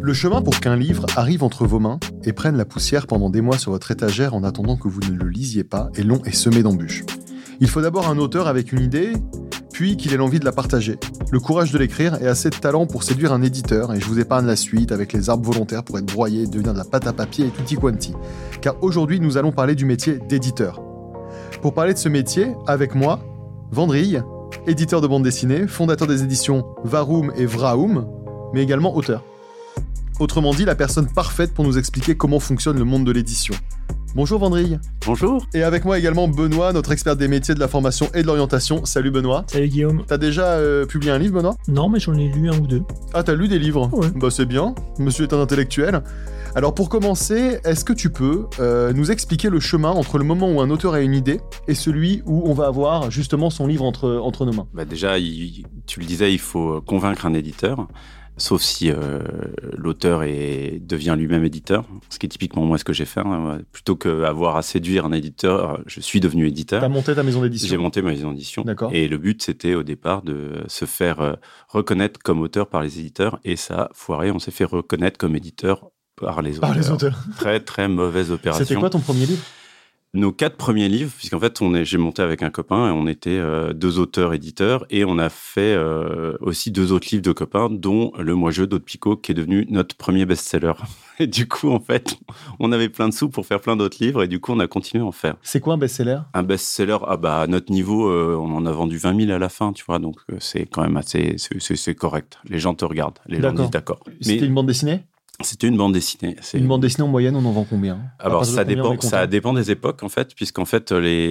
Le chemin pour qu'un livre arrive entre vos mains et prenne la poussière pendant des mois sur votre étagère en attendant que vous ne le lisiez pas est long et semé d'embûches. Il faut d'abord un auteur avec une idée, puis qu'il ait l'envie de la partager, le courage de l'écrire et assez de talent pour séduire un éditeur, et je vous épargne la suite avec les arbres volontaires pour être broyés et devenir de la pâte à papier et tutti quanti. Car aujourd'hui, nous allons parler du métier d'éditeur. Pour parler de ce métier, avec moi, Vendrille, éditeur de bande dessinée, fondateur des éditions Varoum et Vraoum, mais également auteur. Autrement dit, la personne parfaite pour nous expliquer comment fonctionne le monde de l'édition. Bonjour Vendrille. Bonjour. Et avec moi également Benoît, notre expert des métiers de la formation et de l'orientation. Salut Benoît. Salut Guillaume. T'as déjà publié un livre, Benoît ? Non, mais j'en ai lu un ou deux. Ah, t'as lu des livres ? Ouais. Bah c'est bien, monsieur est un intellectuel. Alors pour commencer, est-ce que tu peux nous expliquer le chemin entre le moment où un auteur a une idée et celui où on va avoir justement son livre entre nos mains ? Bah déjà, tu le disais, il faut convaincre un éditeur. Sauf si l'auteur devient lui-même éditeur, ce qui est typiquement moi ce que j'ai fait. Plutôt qu'avoir à séduire un éditeur, je suis devenu éditeur. T'as monté ta maison d'édition ? J'ai monté ma maison d'édition. D'accord. Et le but, c'était au départ de se faire reconnaître comme auteur par les éditeurs. Et ça a foiré, on s'est fait reconnaître comme éditeur par les auteurs. Par les auteurs. Très, très mauvaise opération. C'était quoi ton premier livre ? Nos 4 premiers livres, puisqu'en fait, j'ai monté avec un copain et on était 2 auteurs-éditeurs et on a fait aussi 2 autres livres de copains, dont Le Moi-Jeu d'Aude Picot, qui est devenu notre premier best-seller. Et du coup, en fait, on avait plein de sous pour faire plein d'autres livres et du coup, on a continué à en faire. C'est quoi un best-seller ? Un best-seller, à notre niveau, on en a vendu 20 000 à la fin, tu vois, donc c'est quand même assez, c'est correct. Les gens te regardent, les gens disent d'accord. C'était une bande dessinée ? C'était une bande dessinée. Une bande dessinée en moyenne, on en vend combien ? Alors ça dépend des époques en fait, puisqu'en fait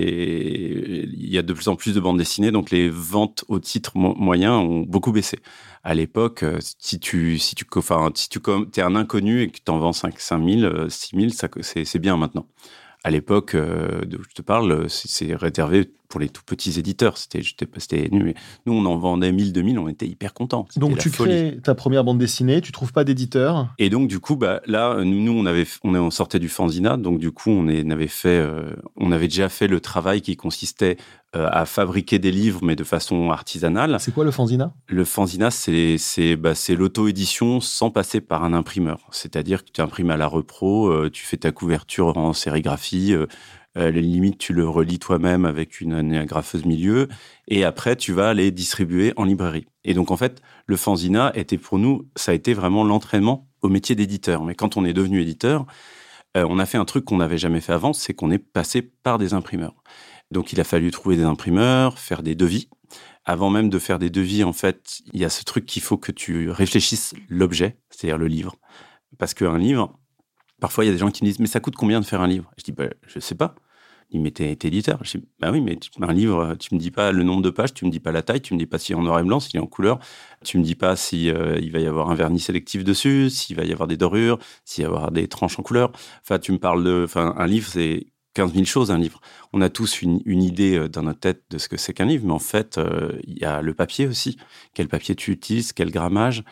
il y a de plus en plus de bandes dessinées, donc les ventes au titre moyen ont beaucoup baissé. À l'époque, si tu t'es un inconnu et que t'en vends 5 000, 6 000, c'est bien maintenant. À l'époque de je te parle, c'est réservé pour les tout petits éditeurs. C'était nul. Mais nous, on en vendait 1000, 2000, on était hyper contents. Donc, tu crées ta première bande dessinée, tu trouves pas d'éditeur. Et donc, du coup, là, nous, on sortait du fanzina. Donc, du coup, on avait déjà fait le travail qui consistait à fabriquer des livres, mais de façon artisanale. C'est quoi le fanzina ? Le fanzina, c'est l'auto-édition sans passer par un imprimeur. C'est-à-dire que tu imprimes à la repro, tu fais ta couverture en sérigraphie, les limites, tu le relis toi-même avec une agrafeuse milieu, et après, tu vas les distribuer en librairie. Et donc, en fait, le fanzina était pour nous, ça a été vraiment l'entraînement au métier d'éditeur. Mais quand on est devenu éditeur, on a fait un truc qu'on n'avait jamais fait avant, c'est qu'on est passé par des imprimeurs. Donc, il a fallu trouver des imprimeurs, faire des devis. Avant même de faire des devis, en fait, il y a ce truc qu'il faut que tu réfléchisses l'objet, c'est-à-dire le livre. Parce qu'un livre, parfois, il y a des gens qui me disent « Mais ça coûte combien de faire un livre ?» Je dis « Je sais pas. » Il m'était éditeur. Je dis « Bah oui, mais un livre, tu me dis pas le nombre de pages, tu me dis pas la taille, tu me dis pas s'il est en noir et blanc, s'il est en couleur, tu me dis pas si il va y avoir un vernis sélectif dessus, s'il va y avoir des dorures, s'il va y avoir des tranches en couleur. Enfin, tu me parles un livre, c'est 15 000 choses, un livre. On a tous une idée dans notre tête de ce que c'est qu'un livre, mais en fait, il y a le papier aussi. Quel papier tu utilises, quel grammage.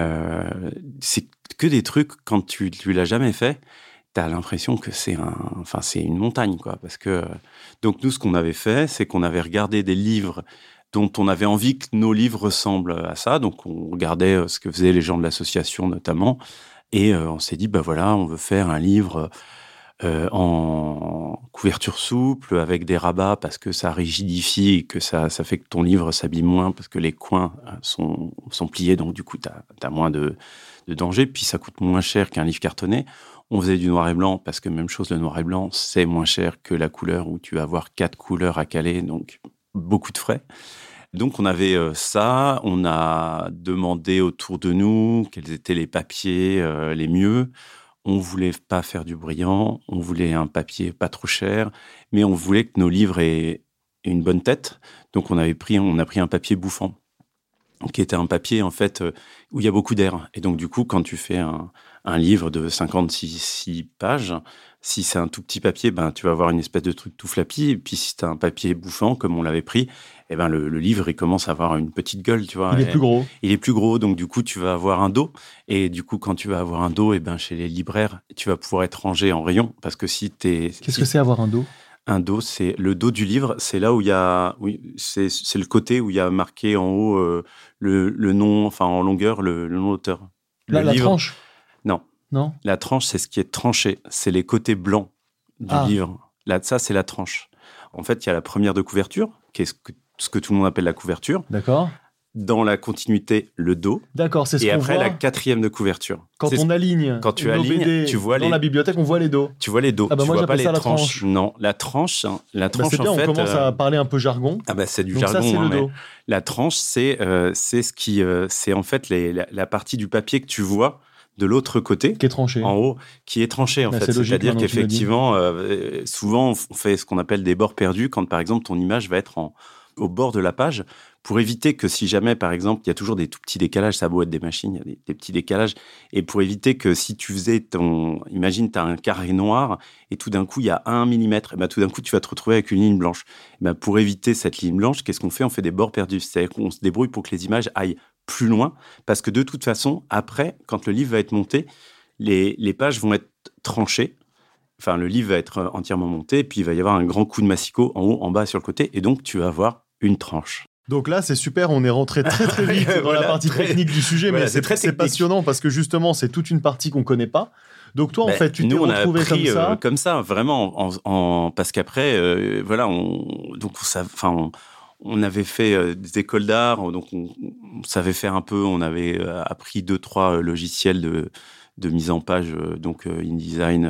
C'est que des trucs, quand tu l'as jamais fait, t'as l'impression que c'est une montagne, quoi. Parce que, donc nous, ce qu'on avait fait, c'est qu'on avait regardé des livres dont on avait envie que nos livres ressemblent à ça. Donc, on regardait ce que faisaient les gens de l'association, notamment. Et on s'est dit, on veut faire un livre en couverture souple, avec des rabats, parce que ça rigidifie et que ça fait que ton livre s'abîme moins, parce que les coins sont pliés, donc du coup, t'as moins de danger, puis ça coûte moins cher qu'un livre cartonné. On faisait du noir et blanc, parce que même chose, le noir et blanc, c'est moins cher que la couleur, où tu vas avoir 4 couleurs à caler, donc beaucoup de frais. Donc, on avait ça, on a demandé autour de nous quels étaient les papiers les mieux. On voulait pas faire du brillant, on voulait un papier pas trop cher, mais on voulait que nos livres aient une bonne tête. Donc, on a pris un papier bouffant, qui était un papier, en fait, où il y a beaucoup d'air. Et donc, du coup, quand tu fais un livre de 56 pages, si c'est un tout petit papier, tu vas avoir une espèce de truc tout flappy. Et puis, si tu as un papier bouffant, comme on l'avait pris, le livre, il commence à avoir une petite gueule, tu vois. Il est plus gros. Il est plus gros, donc du coup, tu vas avoir un dos. Et du coup, quand tu vas avoir un dos, chez les libraires, tu vas pouvoir être rangé en rayon. Parce que si t'es... Qu'est-ce que c'est avoir un dos ? Un dos, c'est le dos du livre. C'est là où il y a... Oui, c'est le côté où il y a marqué en haut le nom, enfin en longueur, le nom d'auteur. La tranche ? Non. La tranche, c'est ce qui est tranché. C'est les côtés blancs du livre. Là, ça, c'est la tranche. En fait, il y a la première de couverture, qui est ce que tout le monde appelle la couverture. D'accord. Dans la continuité, le dos. D'accord, c'est ce et qu'on après, voit la quatrième de couverture. quand on aligne. Quand tu nos alignes, BD tu vois dans la bibliothèque, on voit les dos. Tu vois les dos. Ah bah tu moi, vois pas j'appelle les ça la tranches. tranche. Non, la tranche, C'est bien, en fait. on commence à parler un peu jargon. Ah bah c'est du Donc jargon. ça, c'est le mais dos. la tranche, c'est ce qui, c'est en fait la partie du papier que tu vois de l'autre côté, qui est tranché. En haut, qui est tranché en fait. C'est-à-dire qu'effectivement, souvent, on fait ce qu'on appelle des bords perdus quand, par exemple, ton image va être au bord de la page, pour éviter que si jamais, par exemple, il y a toujours des tout petits décalages, ça a beau être des machines, il y a des petits décalages, et pour éviter que si tu faisais imagine, tu as un carré noir, et tout d'un coup, il y a 1 millimètre, et ben tout d'un coup, tu vas te retrouver avec une ligne blanche. Et ben, pour éviter cette ligne blanche, qu'est-ce qu'on fait? On fait des bords perdus, c'est-à-dire qu'on se débrouille pour que les images aillent plus loin, parce que de toute façon, après, quand le livre va être monté, les pages vont être tranchées. Enfin, le livre va être entièrement monté, puis il va y avoir un grand coup de massicot en haut, en bas, sur le côté, et donc tu vas avoir une tranche. Donc là, c'est super, on est rentré très très vite dans la partie technique du sujet, mais c'est passionnant parce que justement, c'est toute une partie qu'on connaît pas. Donc toi, en fait, tu t'es retrouvé comme ça, vraiment, parce qu'après, voilà, on avait fait des écoles d'art, donc on savait faire un peu, on avait appris 2-3 logiciels de mise en page, donc InDesign,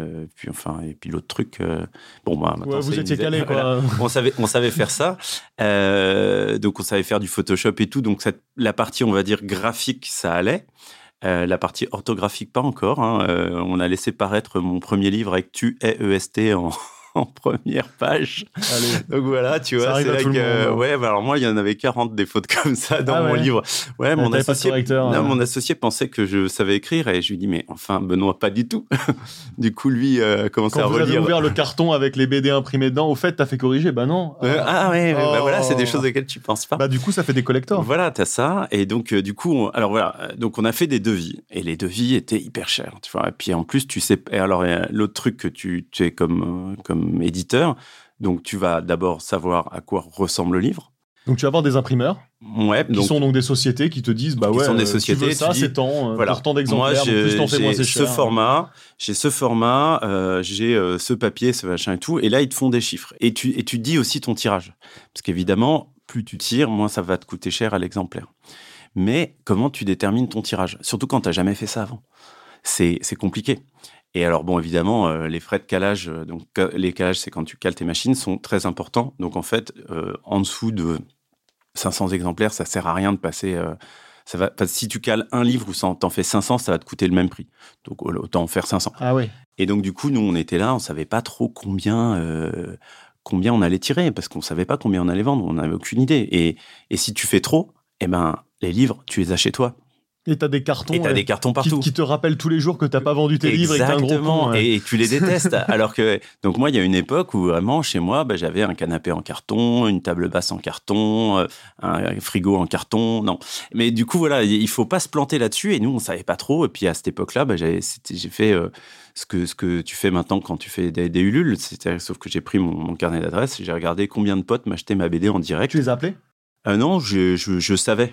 et puis l'autre truc. Maintenant, vous étiez calé, quoi. Voilà. On savait faire ça. Donc on savait faire du Photoshop et tout. Donc la partie, on va dire graphique, ça allait. La partie orthographique, pas encore. On a laissé paraître mon premier livre avec tu es EST en première page. Allez. Donc voilà, tu vois, c'est là que... Ouais, alors moi, il y en avait 40 des fautes comme ça dans mon livre. Ouais, mon associé pensait que je savais écrire et je lui dis, mais enfin, Benoît, pas du tout. Du coup, lui a commencé à relire. Quand vous avez ouvert le carton avec les BD imprimés dedans, au fait, t'as fait corriger? Bah non. Voilà, c'est des choses auxquelles tu penses pas. Bah du coup, ça fait des collectors. Voilà, t'as ça. Et donc, du coup, donc on a fait des devis. Et les devis étaient hyper chers, tu vois. Et puis en plus, tu sais... Et alors, l'autre truc que tu es comme éditeur, donc tu vas d'abord savoir à quoi ressemble le livre. Donc tu vas avoir des imprimeurs, qui sont donc des sociétés qui te disent tu veux ça, c'est tant, pour tant d'exemplaires, donc plus t'en fais, moins c'est cher. J'ai ce format, j'ai ce papier, ce machin et tout, et là ils te font des chiffres. Et tu dis aussi ton tirage, parce qu'évidemment, plus tu tires, moins ça va te coûter cher à l'exemplaire. Mais comment tu détermines ton tirage? Surtout quand t'as jamais fait ça avant. C'est compliqué. Et alors, bon, évidemment, les frais de calage, donc les calages, c'est quand tu cales tes machines, sont très importants. Donc, en fait, en dessous de 500 exemplaires, ça sert à rien de passer... si tu cales un livre ou t'en fais 500, ça va te coûter le même prix. Donc, autant en faire 500. Ah oui. Et donc, du coup, nous, on était là, on savait pas trop combien on allait tirer, parce qu'on savait pas combien on allait vendre, on n'avait aucune idée. Et si tu fais trop, les livres, tu les as chez toi. Et t'as des cartons. Partout. Qui te rappellent tous les jours que t'as pas vendu tes livres et que t'es un gros con. Et tu les détestes. Alors que, donc moi, il y a une époque où vraiment, chez moi, j'avais un canapé en carton, une table basse en carton, un frigo en carton. Non. Mais du coup, voilà, il faut pas se planter là-dessus. Et nous, on savait pas trop. Et puis, à cette époque-là, j'ai fait ce que tu fais maintenant quand tu fais des Ulule. Sauf que j'ai pris mon carnet d'adresses, j'ai regardé combien de potes m'achetaient ma BD en direct. Tu les as appelés? Non, je savais.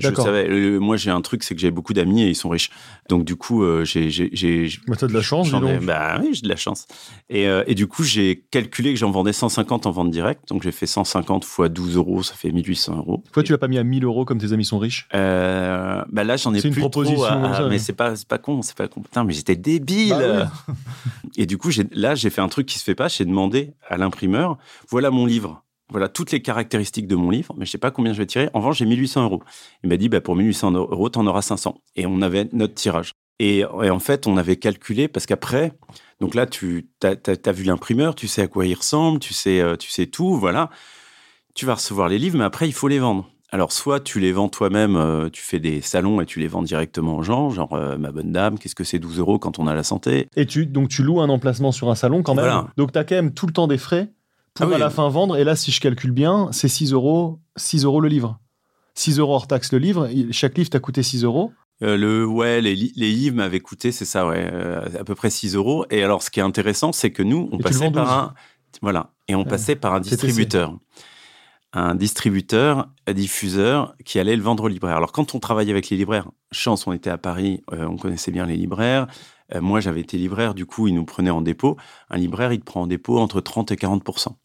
Moi, j'ai un truc, c'est que j'ai beaucoup d'amis et ils sont riches. Donc, du coup, j'ai... t'as de la chance, dis donc. Oui, j'ai de la chance. Et du coup, j'ai calculé que j'en vendais 150 en vente directe. Donc, j'ai fait 150 fois 12 €, ça fait 1800 €. Pourquoi tu l'as pas mis à 1000 € comme tes amis sont riches? Là, j'en ai plus trop. C'est une proposition. Mais c'est pas con. Putain, mais j'étais débile. Oui. Et du coup, j'ai fait un truc qui se fait pas. J'ai demandé à l'imprimeur, voilà mon livre. Voilà toutes les caractéristiques de mon livre, mais je sais pas combien je vais tirer. En revanche, j'ai 1800 €. Il m'a dit, pour 1800 €, t'en auras 500. Et on avait notre tirage. Et en fait, on avait calculé, parce qu'après, donc là, t'as vu l'imprimeur, tu sais à quoi il ressemble, tu sais tout, voilà. Tu vas recevoir les livres, mais après, il faut les vendre. Alors, soit tu les vends toi-même, tu fais des salons et tu les vends directement aux gens, genre, ma bonne dame, qu'est-ce que c'est 12 € quand on a la santé? Et donc tu loues un emplacement sur un salon quand même. Voilà. Donc t'as quand même tout le temps des frais pour à la fin vendre. Et là, si je calcule bien, c'est 6 € le livre. 6 € hors taxe le livre. Chaque livre t'a coûté 6 €. Les livres m'avaient coûté, c'est ça, à peu près 6 €. Et alors, ce qui est intéressant, c'est que nous, on passait par un distributeur. un distributeur, un diffuseur qui allait le vendre aux libraires. Alors, quand on travaillait avec les libraires, chance, on était à Paris, on connaissait bien les libraires. Moi, j'avais été libraire, du coup, ils nous prenaient en dépôt. Un libraire, il te prend en dépôt entre 30 et 40%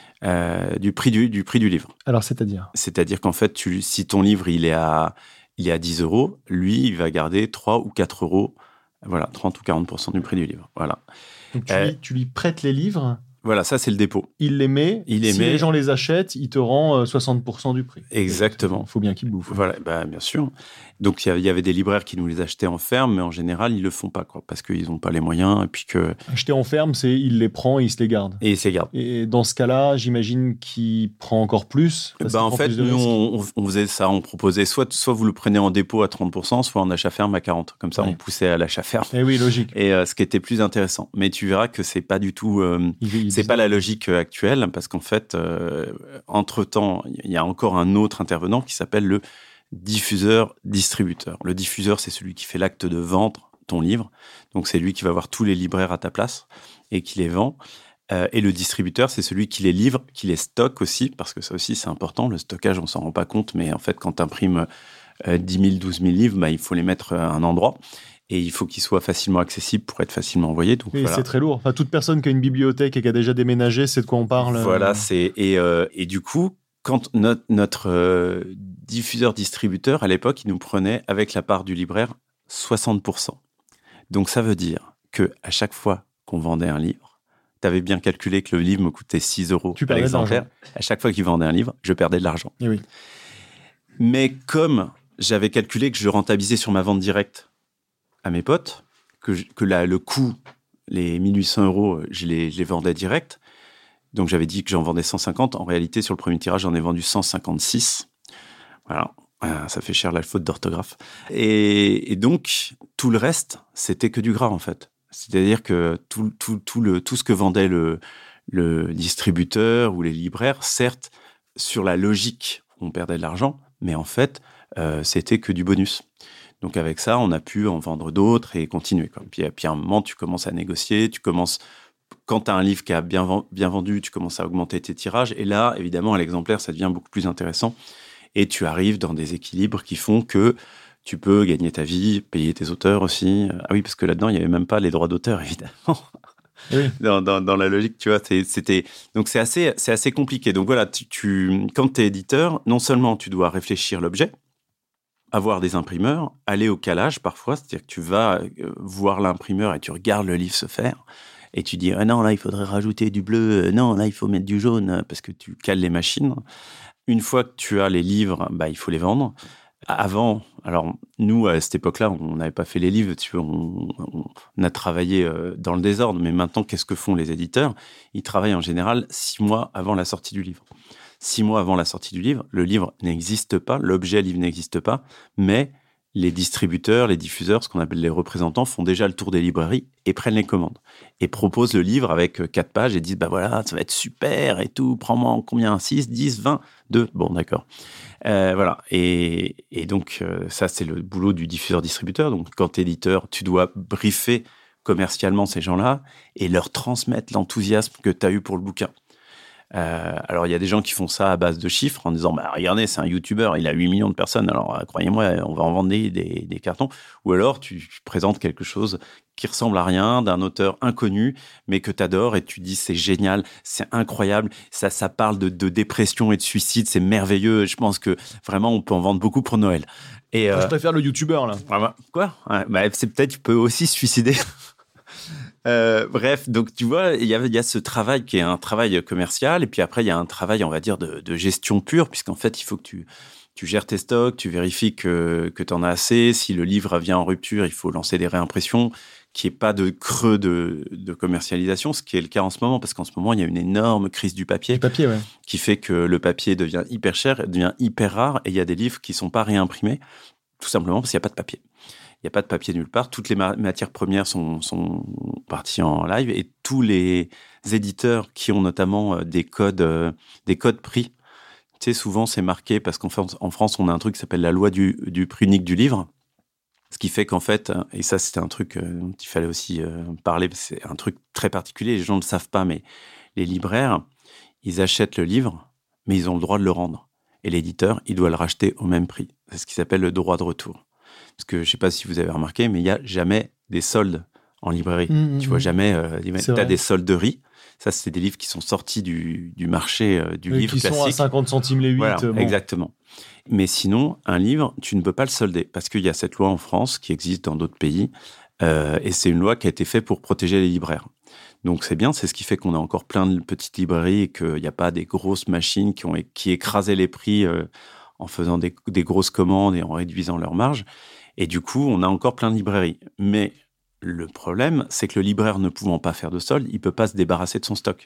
du prix du livre. Alors, c'est-à-dire ? C'est-à-dire qu'en fait, si ton livre, il est à 10 euros, lui, il va garder 3 ou 4 euros, voilà, 30 ou 40% du prix du livre. Voilà. Donc, tu lui prêtes les livres. Voilà, ça, c'est le dépôt. Il les met. Si les gens les achètent, il te rend 60% du prix. Exactement. Il faut bien qu'ils bouffent. Voilà, bien sûr. Donc, il y avait des libraires qui nous les achetaient en ferme, mais en général, ils ne le font pas, quoi, parce qu'ils n'ont pas les moyens. Et puis acheter en ferme, c'est il les prend et il se les garde. Et il se les garde. Et dans ce cas-là, j'imagine qu'il prend encore plus. En fait, nous, on faisait ça. On proposait soit vous le prenez en dépôt à 30%, soit en achat ferme à 40%. Comme ça, on poussait à l'achat ferme. Et oui, logique. Et ce qui était plus intéressant. Mais tu verras que c'est pas du tout... c'est pas la logique actuelle, parce qu'en fait, entre-temps, il y a encore un autre intervenant qui s'appelle le diffuseur-distributeur. Le diffuseur, c'est celui qui fait l'acte de vendre ton livre. Donc, c'est lui qui va voir tous les libraires à ta place et qui les vend. Et le distributeur, c'est celui qui les livre, qui les stocke aussi, parce que ça aussi, c'est important. Le stockage, on s'en rend pas compte, mais en fait, quand tu imprimes 10 000, 12 000 livres, il faut les mettre à un endroit. Et il faut qu'ils soient facilement accessibles pour être facilement envoyés. Donc, voilà. C'est très lourd. Enfin, toute personne qui a une bibliothèque et qui a déjà déménagé, c'est de quoi on parle. Voilà, et du coup, quand notre diffuseur-distributeur, à l'époque, il nous prenait, avec la part du libraire, 60%. Donc, ça veut dire qu'à chaque fois qu'on vendait un livre, tu avais bien calculé que le livre me coûtait 6 euros par exemplaire. À chaque fois qu'il vendait un livre, je perdais de l'argent. Et oui. Mais comme j'avais calculé que je rentabilisais sur ma vente directe à mes potes, que le coût, les 1800 euros, je les vendais direct. Donc, j'avais dit que j'en vendais 150. En réalité, sur le premier tirage, j'en ai vendu 156. Voilà. Ça fait cher la faute d'orthographe. Et donc, tout le reste, c'était que du gras, en fait. C'est-à-dire que tout ce que vendait le distributeur ou les libraires, certes, sur la logique, on perdait de l'argent, mais en fait, c'était que du bonus. Donc, avec ça, on a pu en vendre d'autres et continuer, quoi. Puis à un moment, tu commences à négocier, quand tu as un livre qui a bien vendu, tu commences à augmenter tes tirages. Et là, évidemment, à l'exemplaire, ça devient beaucoup plus intéressant. Et tu arrives dans des équilibres qui font que tu peux gagner ta vie, payer tes auteurs aussi. Ah oui, parce que là-dedans, il n'y avait même pas les droits d'auteur, évidemment. Oui. Dans la logique, tu vois, donc c'est assez compliqué. Donc voilà, quand tu es éditeur, non seulement tu dois réfléchir l'objet, avoir des imprimeurs, aller au calage parfois, c'est-à-dire que tu vas voir l'imprimeur et tu regardes le livre se faire. Et tu dis, ah non, là, il faudrait rajouter du bleu. Non, là, il faut mettre du jaune parce que tu cales les machines. Une fois que tu as les livres, il faut les vendre. Avant, alors nous, à cette époque-là, on n'avait pas fait les livres, tu vois, on a travaillé dans le désordre. Mais maintenant, qu'est-ce que font les éditeurs ? Ils travaillent en général 6 mois avant la sortie du livre. 6 mois avant la sortie du livre, le livre n'existe pas, l'objet livre n'existe pas, mais les distributeurs, les diffuseurs, ce qu'on appelle les représentants, font déjà le tour des librairies et prennent les commandes. Et proposent le livre avec 4 pages et disent, voilà, ça va être super et tout, prends-moi en combien ? 6, 10, 20, 2 ? Bon, d'accord. Voilà. Et donc, ça, c'est le boulot du diffuseur-distributeur. Donc, quand tu es éditeur, tu dois briefer commercialement ces gens-là et leur transmettre l'enthousiasme que tu as eu pour le bouquin. Alors, il y a des gens qui font ça à base de chiffres en disant, regardez, c'est un YouTuber, il a 8 millions de personnes, alors croyez-moi, on va en vendre des cartons. Ou alors, tu présentes quelque chose qui ressemble à rien, d'un auteur inconnu, mais que tu adores et tu dis, c'est génial, c'est incroyable, ça parle de dépression et de suicide, c'est merveilleux. Je pense que vraiment, on peut en vendre beaucoup pour Noël. Et, je préfère le YouTuber, là. Quoi ? C'est peut-être, tu peux aussi se suicider. Bref, donc tu vois, il y a ce travail qui est un travail commercial, et puis après il y a un travail, on va dire, de gestion pure, puisqu'en fait il faut que tu gères tes stocks, tu vérifies que tu en as assez. Si le livre vient en rupture, il faut lancer des réimpressions, qu'il n'y ait pas de creux de commercialisation, ce qui est le cas en ce moment, parce qu'en ce moment il y a une énorme crise du papier, ouais. Qui fait que le papier devient hyper cher, devient hyper rare, et il y a des livres qui ne sont pas réimprimés, tout simplement parce qu'il n'y a pas de papier. Il n'y a pas de papier nulle part. Toutes les matières premières sont parties en live, et tous les éditeurs qui ont notamment des codes prix. Tu sais, souvent, c'est marqué parce qu'en France, on a un truc qui s'appelle la loi du prix unique du livre. Ce qui fait qu'en fait, et ça, c'était un truc dont il fallait aussi parler, c'est un truc très particulier, les gens ne le savent pas, mais les libraires, ils achètent le livre mais ils ont le droit de le rendre. Et l'éditeur, il doit le racheter au même prix. C'est ce qui s'appelle le droit de retour. Parce que je ne sais pas si vous avez remarqué, mais il n'y a jamais des soldes en librairie. Tu vois jamais, tu as des solderies. Ça, c'est des livres qui sont sortis du marché du livre classique. Qui sont à 50 centimes les 8. Voilà, exactement. Mais sinon, un livre, tu ne peux pas le solder parce qu'il y a cette loi en France qui existe dans d'autres pays. Et c'est une loi qui a été faite pour protéger les libraires. Donc c'est bien, c'est ce qui fait qu'on a encore plein de petites librairies et qu'il n'y a pas des grosses machines qui écrasaient les prix en faisant des grosses commandes et en réduisant leurs marges. Et du coup, on a encore plein de librairies. Mais le problème, c'est que le libraire ne pouvant pas faire de solde, il ne peut pas se débarrasser de son stock.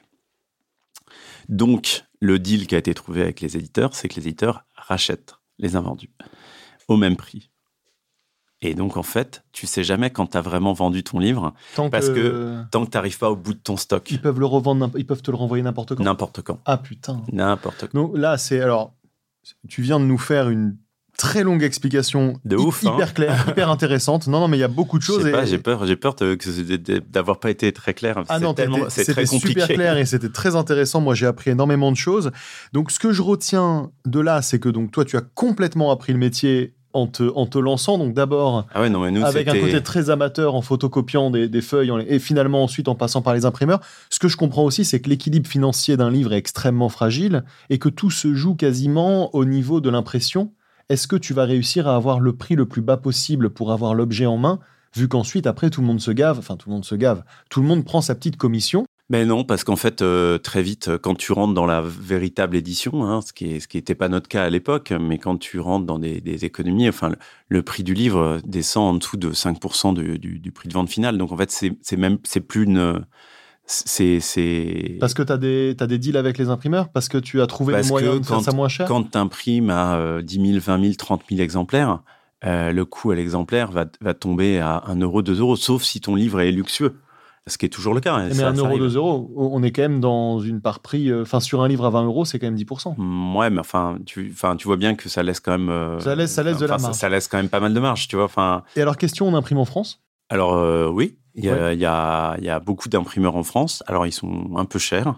Donc, le deal qui a été trouvé avec les éditeurs, c'est que les éditeurs rachètent les invendus au même prix. Et donc, en fait, tu ne sais jamais quand tu as vraiment vendu ton livre tant que tu n'arrives pas au bout de ton stock. Ils peuvent le revendre, ils peuvent te le renvoyer n'importe quand. N'importe quand. Ah putain. N'importe quand. Donc là, tu viens de nous faire une très longue explication de ouf, hyper claire, hyper intéressante. Non, mais il y a beaucoup de choses. J'ai peur d'avoir pas été très clair. Ah non, c'est très compliqué. Super clair et c'était très intéressant. Moi, j'ai appris énormément de choses. Donc, ce que je retiens de là, c'est que donc toi, tu as complètement appris le métier en te lançant. Donc, d'abord, avec un côté très amateur en photocopiant des feuilles et finalement ensuite en passant par les imprimeurs. Ce que je comprends aussi, c'est que l'équilibre financier d'un livre est extrêmement fragile et que tout se joue quasiment au niveau de l'impression. Est-ce que tu vas réussir à avoir le prix le plus bas possible pour avoir l'objet en main, vu qu'ensuite, après, tout le monde se gave, tout le monde prend sa petite commission? Mais non, parce qu'en fait, très vite, quand tu rentres dans la véritable édition, ce qui n'était pas notre cas à l'époque, mais quand tu rentres dans des économies, enfin, le prix du livre descend en dessous de 5% du prix de vente final. Donc, en fait, c'est plus une... Parce que tu as des deals avec les imprimeurs? Parce que tu as trouvé les moyens de faire ça moins cher? Quand tu imprimes à 10 000, 20 000, 30 000 exemplaires, le coût à l'exemplaire va tomber à 1 euro, 2 euros, sauf si ton livre est luxueux. Ce qui est toujours le cas. Mais 1 euro, 2 euros, on est quand même dans une part prix... sur un livre à 20 euros, c'est quand même 10%. Ouais, mais tu vois bien que ça laisse quand même... Ça laisse de la marge. Ça laisse quand même pas mal de marge, tu vois. Et alors, question, on imprime en France? Alors, oui. Il y a beaucoup d'imprimeurs en France. Alors, ils sont un peu chers,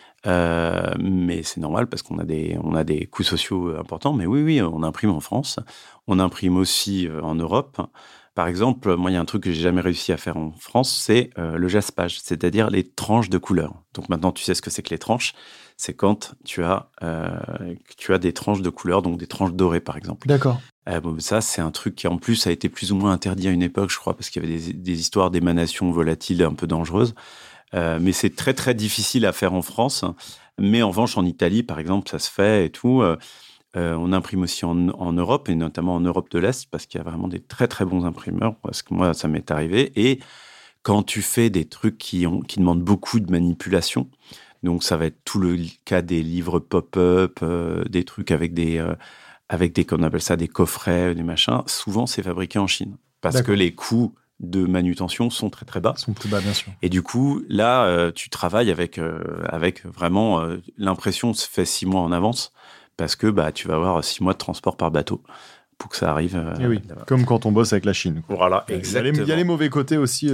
mais c'est normal parce qu'on a des coûts sociaux importants. Mais oui, on imprime en France. On imprime aussi en Europe. Par exemple, moi, il y a un truc que j'ai jamais réussi à faire en France, c'est le jaspage, c'est-à-dire les tranches de couleurs. Donc maintenant, tu sais ce que c'est que les tranches. C'est quand tu as des tranches de couleurs, donc des tranches dorées, par exemple. D'accord. Ça, c'est un truc qui, en plus, a été plus ou moins interdit à une époque, je crois, parce qu'il y avait des histoires d'émanations volatiles un peu dangereuses. Mais c'est très, très difficile à faire en France. Mais en revanche, en Italie, par exemple, ça se fait et tout. On imprime aussi en Europe, et notamment en Europe de l'Est, parce qu'il y a vraiment des très, très bons imprimeurs, parce que moi, ça m'est arrivé. Et quand tu fais des trucs qui demandent beaucoup de manipulation, donc ça va être tout le cas des livres pop-up, des trucs avec des qu'on appelle ça des coffrets, des machins, souvent c'est fabriqué en Chine. Parce que les coûts de manutention sont très très bas. Ils sont plus bas, bien sûr. Et du coup, là, tu travailles avec vraiment... l'impression se fait 6 mois en avance, parce que tu vas avoir 6 mois de transport par bateau pour que ça arrive. Oui, comme quand on bosse avec la Chine. Voilà, exactement. Il y a les mauvais côtés aussi.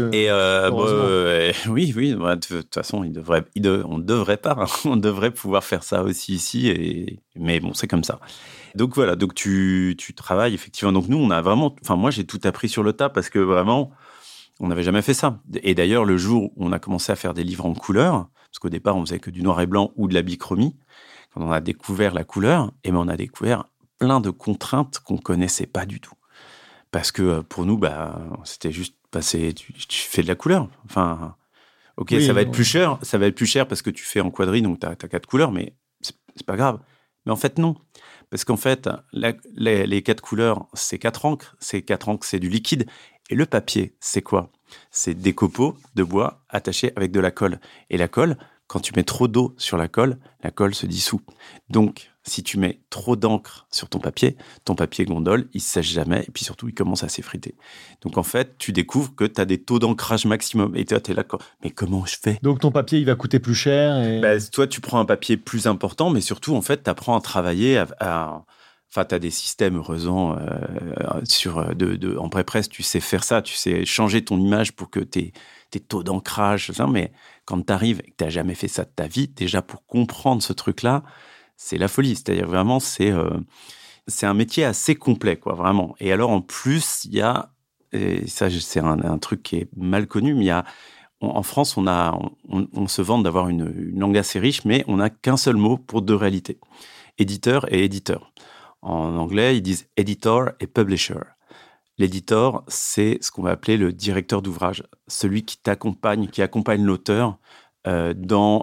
Oui, de toute façon, on devrait pas. On devrait pouvoir faire ça aussi ici. Mais bon, c'est comme ça. Donc voilà, donc tu travailles effectivement. Donc nous, on a vraiment... Enfin, moi, j'ai tout appris sur le tas parce que vraiment, on n'avait jamais fait ça. Et d'ailleurs, le jour où on a commencé à faire des livres en couleur, parce qu'au départ, on faisait que du noir et blanc ou de la bichromie, quand on a découvert la couleur, on a découvert plein de contraintes qu'on connaissait pas du tout. Parce que pour nous, c'était juste tu fais de la couleur. Enfin, ok, oui, ça va être plus cher. Ça va être plus cher parce que tu fais en quadrille, donc tu as 4 couleurs, mais c'est pas grave. Mais en fait, non. Parce qu'en fait, les 4 couleurs, c'est 4 encres. Ces 4 encres, c'est du liquide. Et le papier, c'est quoi? C'est des copeaux de bois attachés avec de la colle. Et la colle, quand tu mets trop d'eau sur la colle se dissout. Donc, si tu mets trop d'encre sur ton papier gondole, il ne sèche jamais, et puis surtout, il commence à s'effriter. Donc, en fait, tu découvres que tu as des taux d'ancrage maximum. Et toi, tu es là, mais comment je fais? Donc, ton papier, il va coûter plus cher toi, tu prends un papier plus important, mais surtout, en fait, tu apprends à travailler Enfin, tu as des systèmes, heureusement, en pré-presse, tu sais faire ça, tu sais changer ton image pour que tes taux d'ancrage, mais quand tu arrives et que tu n'as jamais fait ça de ta vie, déjà pour comprendre ce truc-là, c'est la folie. C'est-à-dire vraiment, c'est un métier assez complet, quoi, vraiment. Et alors, en plus, il y a, et ça, c'est un truc qui est mal connu, mais en France, on se vante d'avoir une langue assez riche, mais on n'a qu'un seul mot pour deux réalités. Éditeur et éditeur. En anglais, ils disent editor et publisher. L'éditeur, c'est ce qu'on va appeler le directeur d'ouvrage, celui qui accompagne l'auteur dans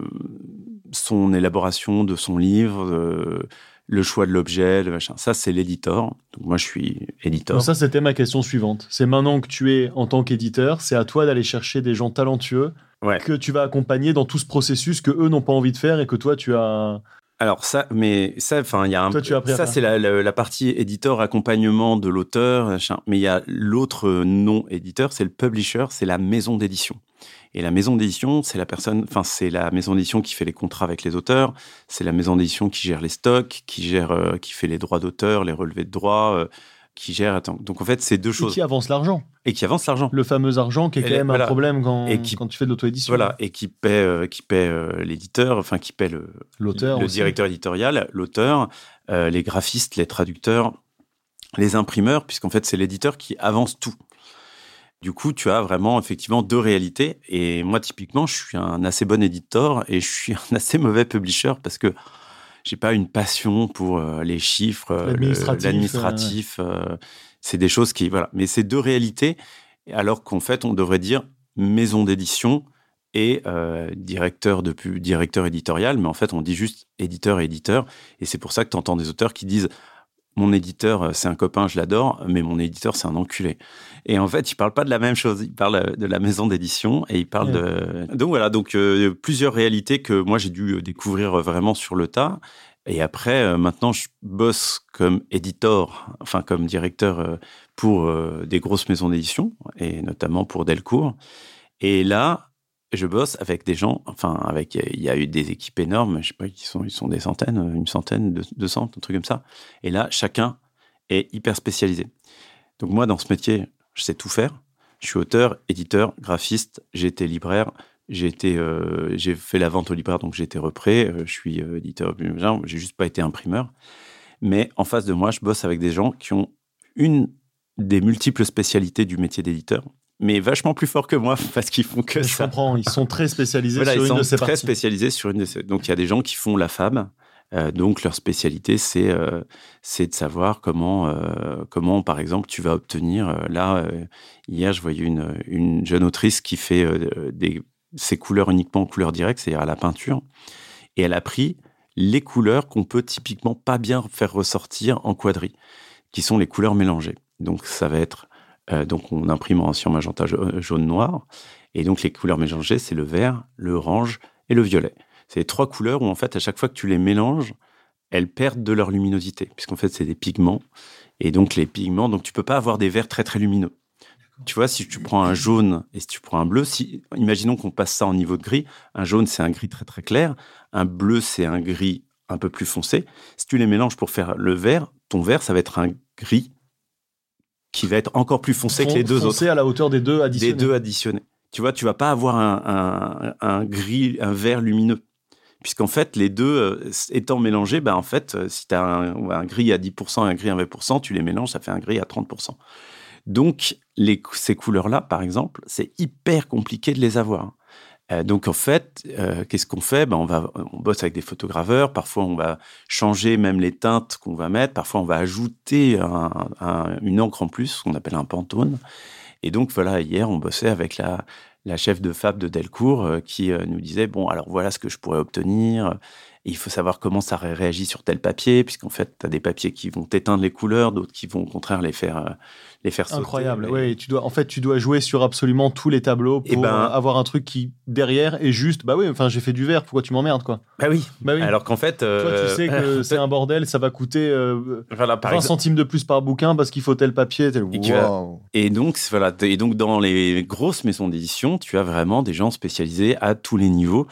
son élaboration de son livre, le choix de l'objet, le machin. Ça, c'est l'éditeur. Donc moi, je suis éditeur. Donc ça, c'était ma question suivante. C'est maintenant que tu es en tant qu'éditeur, c'est à toi d'aller chercher des gens talentueux que tu vas accompagner dans tout ce processus que eux n'ont pas envie de faire et que toi, tu as... Alors ça, enfin, il y a ça, c'est la partie éditeur, accompagnement de l'auteur, machin. Mais il y a l'autre non-éditeur, c'est le publisher, c'est la maison d'édition. Et la maison d'édition, c'est la maison d'édition qui fait les contrats avec les auteurs, c'est la maison d'édition qui gère les stocks, qui fait les droits d'auteur, les relevés de droits, qui gère. Donc en fait, c'est deux choses. Et qui avance l'argent. Le fameux argent qui est quand même un problème quand tu fais de l'auto-édition. Voilà, et qui paie l'éditeur, enfin qui paie l'auteur, le directeur éditorial, l'auteur, les graphistes, les traducteurs, les imprimeurs, puisqu'en fait, c'est l'éditeur qui avance tout. Du coup, tu as vraiment effectivement deux réalités. Et moi, typiquement, je suis un assez bon éditeur et je suis un assez mauvais publisher parce que j'ai pas une passion pour les chiffres, l'administratif. C'est des choses qui, voilà. Mais c'est deux réalités, alors qu'en fait, on devrait dire maison d'édition et directeur éditorial. Mais en fait, on dit juste éditeur et éditeur. Et c'est pour ça que tu entends des auteurs qui disent mon éditeur, c'est un copain, je l'adore, mais mon éditeur, c'est un enculé. Et en fait, ils parlent pas de la même chose. Ils parlent de la maison d'édition et ils parlent de... Donc voilà, plusieurs réalités que moi, j'ai dû découvrir vraiment sur le tas. Et après, maintenant, je bosse comme éditeur, enfin comme directeur pour des grosses maisons d'édition, et notamment pour Delcourt. Et là, je bosse avec des gens, il y a eu des équipes énormes, je sais pas, ils sont des centaines, une centaine, 200, un truc comme ça. Et là, chacun est hyper spécialisé. Donc moi, dans ce métier, je sais tout faire. Je suis auteur, éditeur, graphiste, j'ai été libraire, j'ai fait la vente au libraire, donc j'ai été repré, je suis éditeur, j'ai juste pas été imprimeur. Mais en face de moi, je bosse avec des gens qui ont une des multiples spécialités du métier d'éditeur, mais vachement plus fort que moi, parce qu'ils font que ça. Je comprends, ils sont très spécialisés sur une de ces parties. Ils sont très spécialisés sur une de ces... Donc, il y a des gens qui font la fab, donc leur spécialité, c'est de savoir comment, par exemple, tu vas obtenir... Hier, je voyais une jeune autrice qui fait ses couleurs uniquement en couleur directe, c'est-à-dire à la peinture, et elle a pris les couleurs qu'on peut typiquement pas bien faire ressortir en quadri, qui sont les couleurs mélangées. Donc, ça va être... donc, on imprime en cyan, magenta, jaune, noir. Et donc, les couleurs mélangées, c'est le vert, le orange et le violet. C'est les trois couleurs où, en fait, à chaque fois que tu les mélanges, elles perdent de leur luminosité, puisqu'en fait, c'est des pigments. Et donc, les pigments, donc tu peux pas avoir des verts très, très lumineux. D'accord. Tu vois, si tu prends un jaune et si tu prends un bleu, imaginons qu'on passe ça en niveau de gris. Un jaune, c'est un gris très, très clair. Un bleu, c'est un gris un peu plus foncé. Si tu les mélanges pour faire le vert, ton vert, ça va être un gris qui va être encore plus foncé que les deux autres. À la hauteur des deux additionnés. Des deux additionnés. Tu vois, tu vas pas avoir un vert lumineux. Puisqu'en fait, les deux étant mélangés, en fait, si tu as un gris à 10% et un gris à 20%, tu les mélanges, ça fait un gris à 30%. Donc, ces couleurs-là, par exemple, c'est hyper compliqué de les avoir. Donc, en fait, qu'est-ce qu'on fait ? On bosse avec des photograveurs. Parfois, on va changer même les teintes qu'on va mettre. Parfois, on va ajouter une encre en plus, ce qu'on appelle un Pantone. Et donc, voilà, hier, on bossait avec la chef de fab de Delcourt qui nous disait, alors voilà ce que je pourrais obtenir. Et il faut savoir comment ça réagit sur tel papier, puisqu'en fait, tu as des papiers qui vont éteindre les couleurs, d'autres qui vont au contraire les faire sauter. Incroyable, oui. Tu dois jouer sur absolument tous les tableaux pour avoir un truc qui, derrière, est juste, j'ai fait du vert, pourquoi tu m'emmerdes, quoi. Bah oui. Alors qu'en fait... Toi, tu sais que c'est un bordel, ça va coûter 20 centimes de plus par bouquin parce qu'il faut tel papier, tel... Et donc, voilà. Et donc, dans les grosses maisons d'édition, tu as vraiment des gens spécialisés à tous les niveaux.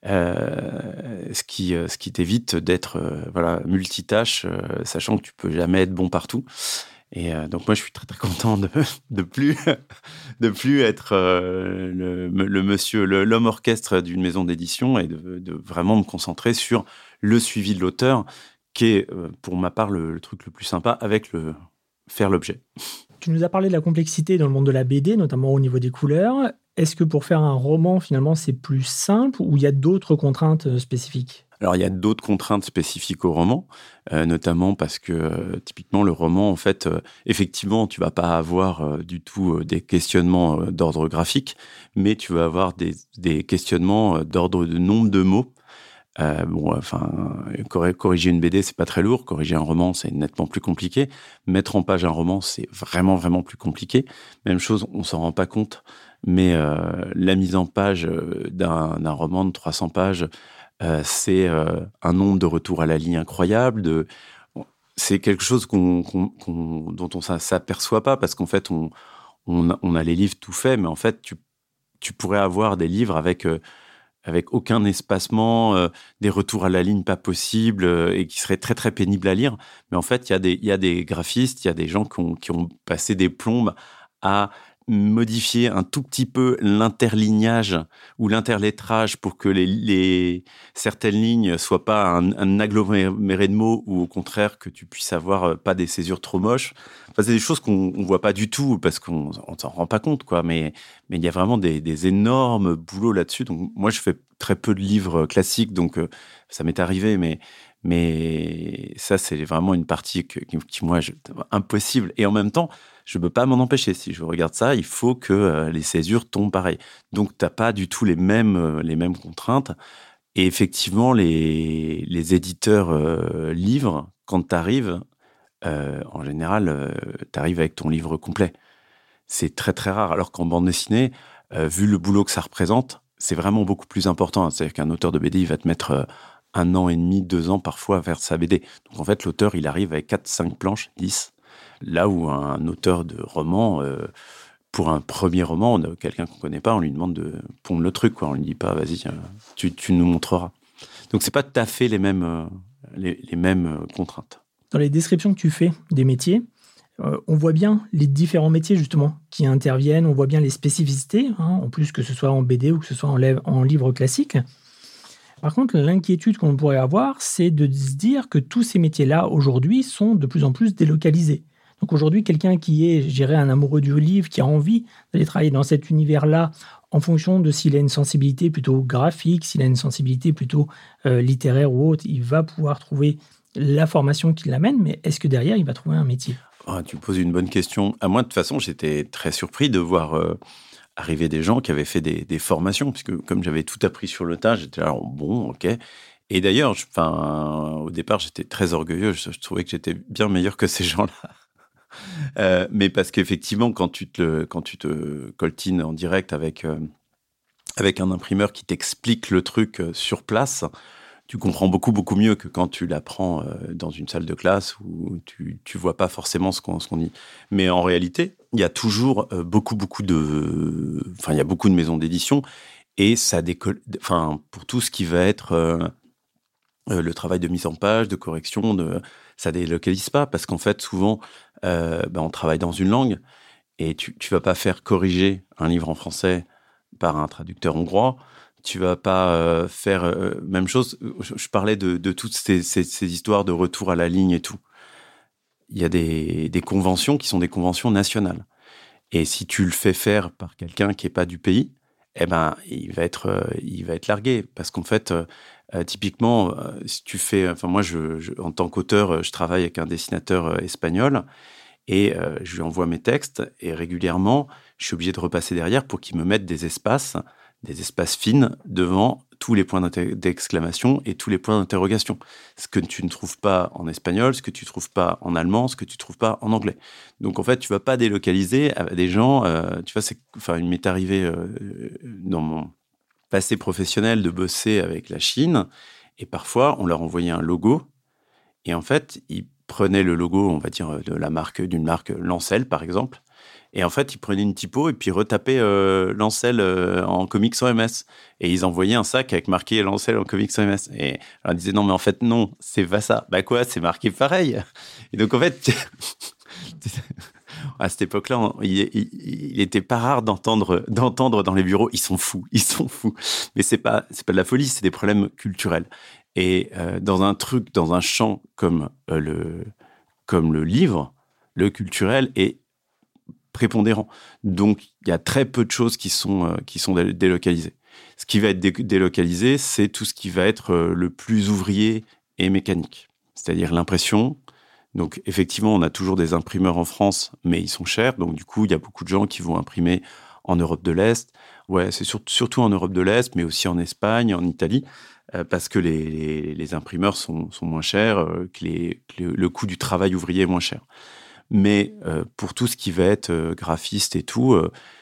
Ce qui t'évite d'être multitâche, sachant que tu peux jamais être bon partout. Et donc moi, je suis très très content de plus être le monsieur, l'homme orchestre d'une maison d'édition et de vraiment me concentrer sur le suivi de l'auteur, qui est pour ma part le truc le plus sympa avec faire l'objet. Tu nous as parlé de la complexité dans le monde de la BD, notamment au niveau des couleurs. Est-ce que pour faire un roman, finalement, c'est plus simple ou il y a d'autres contraintes spécifiques ? Alors, il y a d'autres contraintes spécifiques au roman, notamment parce que typiquement, le roman, en fait, effectivement, tu vas pas avoir du tout des questionnements d'ordre graphique, mais tu vas avoir des questionnements d'ordre de nombre de mots. Corriger une BD, c'est pas très lourd. Corriger un roman, c'est nettement plus compliqué. Mettre en page un roman, c'est vraiment, vraiment plus compliqué. Même chose, on s'en rend pas compte, mais la mise en page d'un roman de 300 pages, c'est un nombre de retours à la ligne incroyable. C'est quelque chose dont on s'aperçoit pas parce qu'en fait, on a les livres tout faits, mais en fait, tu pourrais avoir des livres avec aucun espacement, des retours à la ligne pas possibles et qui seraient très très pénibles à lire. Mais en fait, il y a des graphistes, il y a des gens qui ont passé des plombes à modifier un tout petit peu l'interlignage ou l'interlettrage pour que certaines lignes soient pas un aggloméré de mots ou au contraire que tu puisses avoir pas des césures trop moches. Enfin, c'est des choses qu'on voit pas du tout parce qu'on s'en rend pas compte, quoi. Mais il y a vraiment des énormes boulots là-dessus. Donc moi, je fais très peu de livres classiques, donc ça m'est arrivé, mais ça, c'est vraiment une partie qui moi, impossible. Et en même temps, je ne peux pas m'en empêcher. Si je regarde ça, il faut que les césures tombent pareil. Donc, tu n'as pas du tout les mêmes contraintes. Et effectivement, les éditeurs livres, quand tu arrives, en général, tu arrives avec ton livre complet. C'est très, très rare. Alors qu'en bande dessinée, vu le boulot que ça représente, c'est vraiment beaucoup plus important. C'est-à-dire qu'un auteur de BD, il va te mettre 1 an et demi, 2 ans parfois à faire sa BD. Donc, en fait, l'auteur, il arrive avec 4-5 planches, 10. Là où un auteur de roman, pour un premier roman, on a quelqu'un qu'on ne connaît pas, on lui demande de pondre le truc, quoi. On lui dit pas, vas-y, tu nous montreras. Donc, c'est pas tout à fait les mêmes contraintes. Dans les descriptions que tu fais des métiers, on voit bien les différents métiers, justement, qui interviennent. On voit bien les spécificités, en plus que ce soit en BD ou que ce soit en livre classique. Par contre, l'inquiétude qu'on pourrait avoir, c'est de se dire que tous ces métiers-là, aujourd'hui, sont de plus en plus délocalisés. Donc aujourd'hui, quelqu'un qui est, je dirais, un amoureux du livre, qui a envie d'aller travailler dans cet univers-là, en fonction de s'il a une sensibilité plutôt graphique, s'il a une sensibilité plutôt littéraire ou autre, il va pouvoir trouver la formation qui l'amène, mais est-ce que derrière, il va trouver un métier ? Tu me poses une bonne question. À moi, de toute façon, j'étais très surpris de voir arriver des gens qui avaient fait des formations, puisque comme j'avais tout appris sur le tas, j'étais là, bon, ok. Et d'ailleurs, au départ, j'étais très orgueilleux. Je trouvais que j'étais bien meilleur que ces gens-là. Mais parce qu'effectivement, quand tu te coltines en direct avec un imprimeur qui t'explique le truc sur place, tu comprends beaucoup, beaucoup mieux que quand tu l'apprends dans une salle de classe où tu vois pas forcément ce qu'on dit. Mais en réalité, il y a toujours il y a beaucoup de maisons d'édition et ça pour tout ce qui va être le travail de mise en page, de correction, ça délocalise pas parce qu'en fait, souvent, on travaille dans une langue et tu vas pas faire corriger un livre en français par un traducteur hongrois. Tu vas pas faire même chose. Je parlais de toutes ces histoires de retour à la ligne et tout. Il y a des conventions qui sont des conventions nationales. Et si tu le fais faire par quelqu'un qui est pas du pays, il va être largué parce qu'en fait, typiquement, si tu fais, moi, en tant qu'auteur, je travaille avec un dessinateur espagnol et je lui envoie mes textes et régulièrement, je suis obligé de repasser derrière pour qu'il me mette des espaces fines devant tous les points d'exclamation et tous les points d'interrogation. Ce que tu ne trouves pas en espagnol, ce que tu ne trouves pas en allemand, ce que tu ne trouves pas en anglais. Donc, en fait, tu ne vas pas délocaliser des gens. Tu vois, il m'est arrivé dans mon passé professionnel de bosser avec la Chine et parfois, on leur envoyait un logo et en fait, ils prenaient le logo, on va dire, d'une marque Lancel, par exemple. Et en fait, ils prenaient une typo et puis retapaient Lancel en comics OMS. Et ils envoyaient un sac avec marqué Lancel en comics OMS. Et on disait non, mais en fait, non, c'est pas ça. Bah quoi, c'est marqué pareil. Et donc, en fait, À cette époque-là, il était pas rare d'entendre dans les bureaux, ils sont fous. Mais c'est pas de la folie, c'est des problèmes culturels. Et dans un champ comme le livre, le culturel est prépondérant. Donc, il y a très peu de choses qui sont délocalisées. Ce qui va être délocalisé, c'est tout ce qui va être le plus ouvrier et mécanique. C'est-à-dire l'impression. Donc, effectivement, on a toujours des imprimeurs en France, mais ils sont chers. Donc, du coup, il y a beaucoup de gens qui vont imprimer en Europe de l'Est. Ouais, c'est surtout en Europe de l'Est, mais aussi en Espagne, en Italie, parce que les imprimeurs sont moins chers, que le coût du travail ouvrier est moins cher. Mais pour tout ce qui va être graphiste et tout,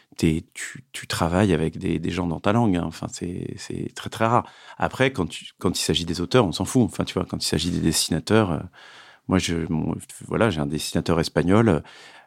tu travailles avec des gens dans ta langue. Hein. Enfin, c'est très, très rare. Après, quand il s'agit des auteurs, on s'en fout. Enfin, tu vois, quand il s'agit des dessinateurs, moi, j'ai un dessinateur espagnol.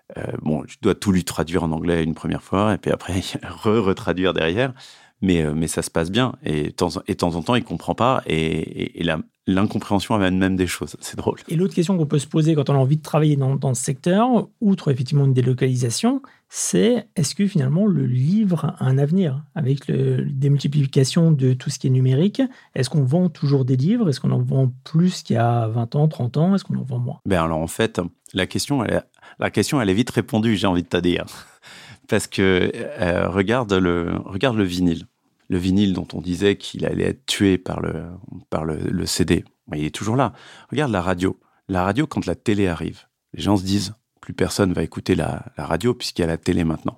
Je dois tout lui traduire en anglais une première fois, et puis après, retraduire derrière. Mais ça se passe bien. Et de temps en temps, il comprend pas. Et l'incompréhension amène même des choses. C'est drôle. Et l'autre question qu'on peut se poser quand on a envie de travailler dans ce secteur, outre effectivement une délocalisation, c'est est-ce que finalement le livre a un avenir avec la démultiplication de tout ce qui est numérique? Est-ce qu'on vend toujours des livres? Est-ce qu'on en vend plus qu'il y a 20 ans, 30 ans? Est-ce qu'on en vend moins? Alors en fait, la question, elle est vite répondue, j'ai envie de te dire. Parce que regarde le vinyle. Le vinyle dont on disait qu'il allait être tué par le CD, il est toujours là. Regarde la radio. La radio, quand la télé arrive, les gens se disent plus personne va écouter la radio puisqu'il y a la télé maintenant.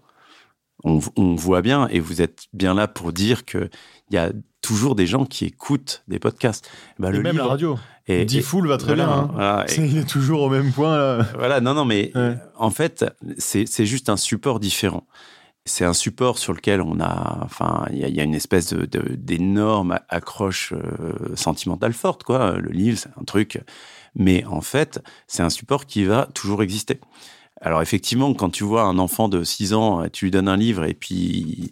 On voit bien, et vous êtes bien là pour dire qu'il y a toujours des gens qui écoutent des podcasts. Et même livre, la radio. Diffoul va très bien. Hein. Voilà, il est toujours au même point. Là. Voilà, mais en fait, c'est juste un support différent. C'est un support sur lequel il y a une espèce d'énorme accroche sentimentale forte, quoi. Le livre, c'est un truc. Mais en fait, c'est un support qui va toujours exister. Alors effectivement, quand tu vois un enfant de 6 ans, tu lui donnes un livre et puis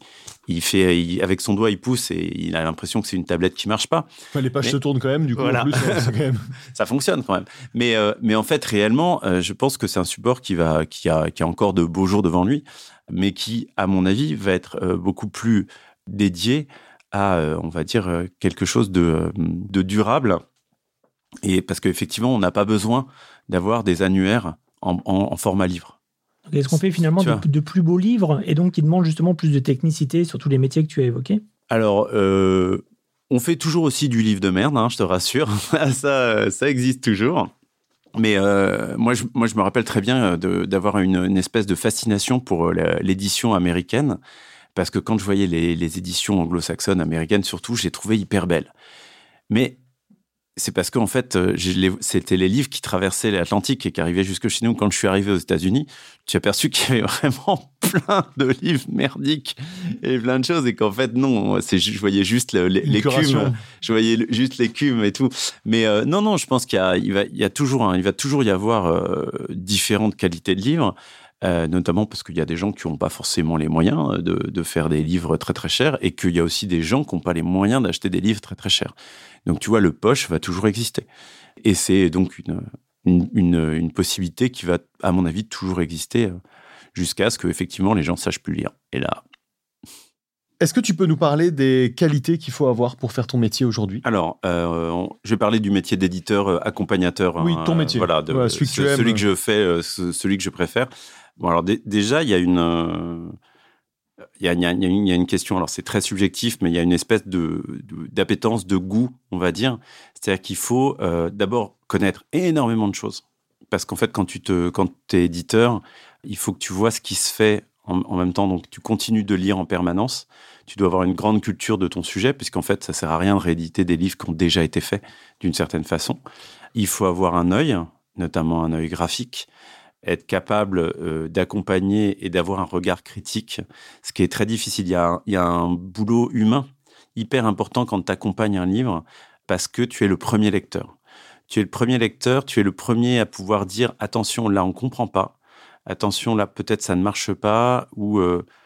avec son doigt, il pousse et il a l'impression que c'est une tablette qui marche pas. Les pages se tournent quand même, du coup, voilà. En plus, c'est quand même... Ça fonctionne quand même. Mais en fait, réellement, je pense que c'est un support qui a encore de beaux jours devant lui, mais qui, à mon avis, va être beaucoup plus dédié à, on va dire, quelque chose de durable. Et parce qu'effectivement, on n'a pas besoin d'avoir des annuaires en format livre. Est-ce qu'on fait finalement de plus beaux livres et donc qui demandent justement plus de technicité sur tous les métiers que tu as évoqués? Alors, on fait toujours aussi du livre de merde, je te rassure. ça existe toujours. Mais moi, je me rappelle très bien d'avoir une espèce de fascination pour l'édition américaine, parce que quand je voyais les éditions anglo-saxonnes, américaines surtout, je les trouvais hyper belles. Mais c'est parce qu'en fait, c'était les livres qui traversaient l'Atlantique et qui arrivaient jusque chez nous. Quand je suis arrivé aux États-Unis, j'ai aperçu qu'il y avait vraiment plein de livres merdiques et plein de choses. Et qu'en fait, non, je voyais juste l'écume. Je voyais juste l'écume et tout. Mais non, je pense qu'il va toujours y avoir différentes qualités de livres. Notamment parce qu'il y a des gens qui n'ont pas forcément les moyens de faire des livres très très chers et qu'il y a aussi des gens qui n'ont pas les moyens d'acheter des livres très très chers. Donc tu vois, le poche va toujours exister. Et c'est donc une possibilité qui va, à mon avis, toujours exister jusqu'à ce qu'effectivement les gens ne sachent plus lire. Et là... Est-ce que tu peux nous parler des qualités qu'il faut avoir pour faire ton métier aujourd'hui? Alors, je vais parler du métier d'éditeur, accompagnateur. Oui, ton métier. Voilà, celui que je fais, celui que je préfère. Bon, alors déjà, il y a une question. Alors, c'est très subjectif, mais il y a une espèce d'appétence, de goût, on va dire. C'est-à-dire qu'il faut d'abord connaître énormément de choses, parce qu'en fait, quand tu es éditeur, il faut que tu vois ce qui se fait en même temps. Donc, tu continues de lire en permanence. Tu dois avoir une grande culture de ton sujet, puisqu'en fait, ça sert à rien de rééditer des livres qui ont déjà été faits d'une certaine façon. Il faut avoir un œil, notamment un œil graphique, être capable d'accompagner et d'avoir un regard critique, ce qui est très difficile. Il y a un boulot humain hyper important quand tu accompagnes un livre, parce que tu es le premier lecteur. Tu es le premier lecteur, tu es le premier à pouvoir dire « Attention, là, on ne comprend pas. Attention, là, peut-être ça ne marche pas. » ou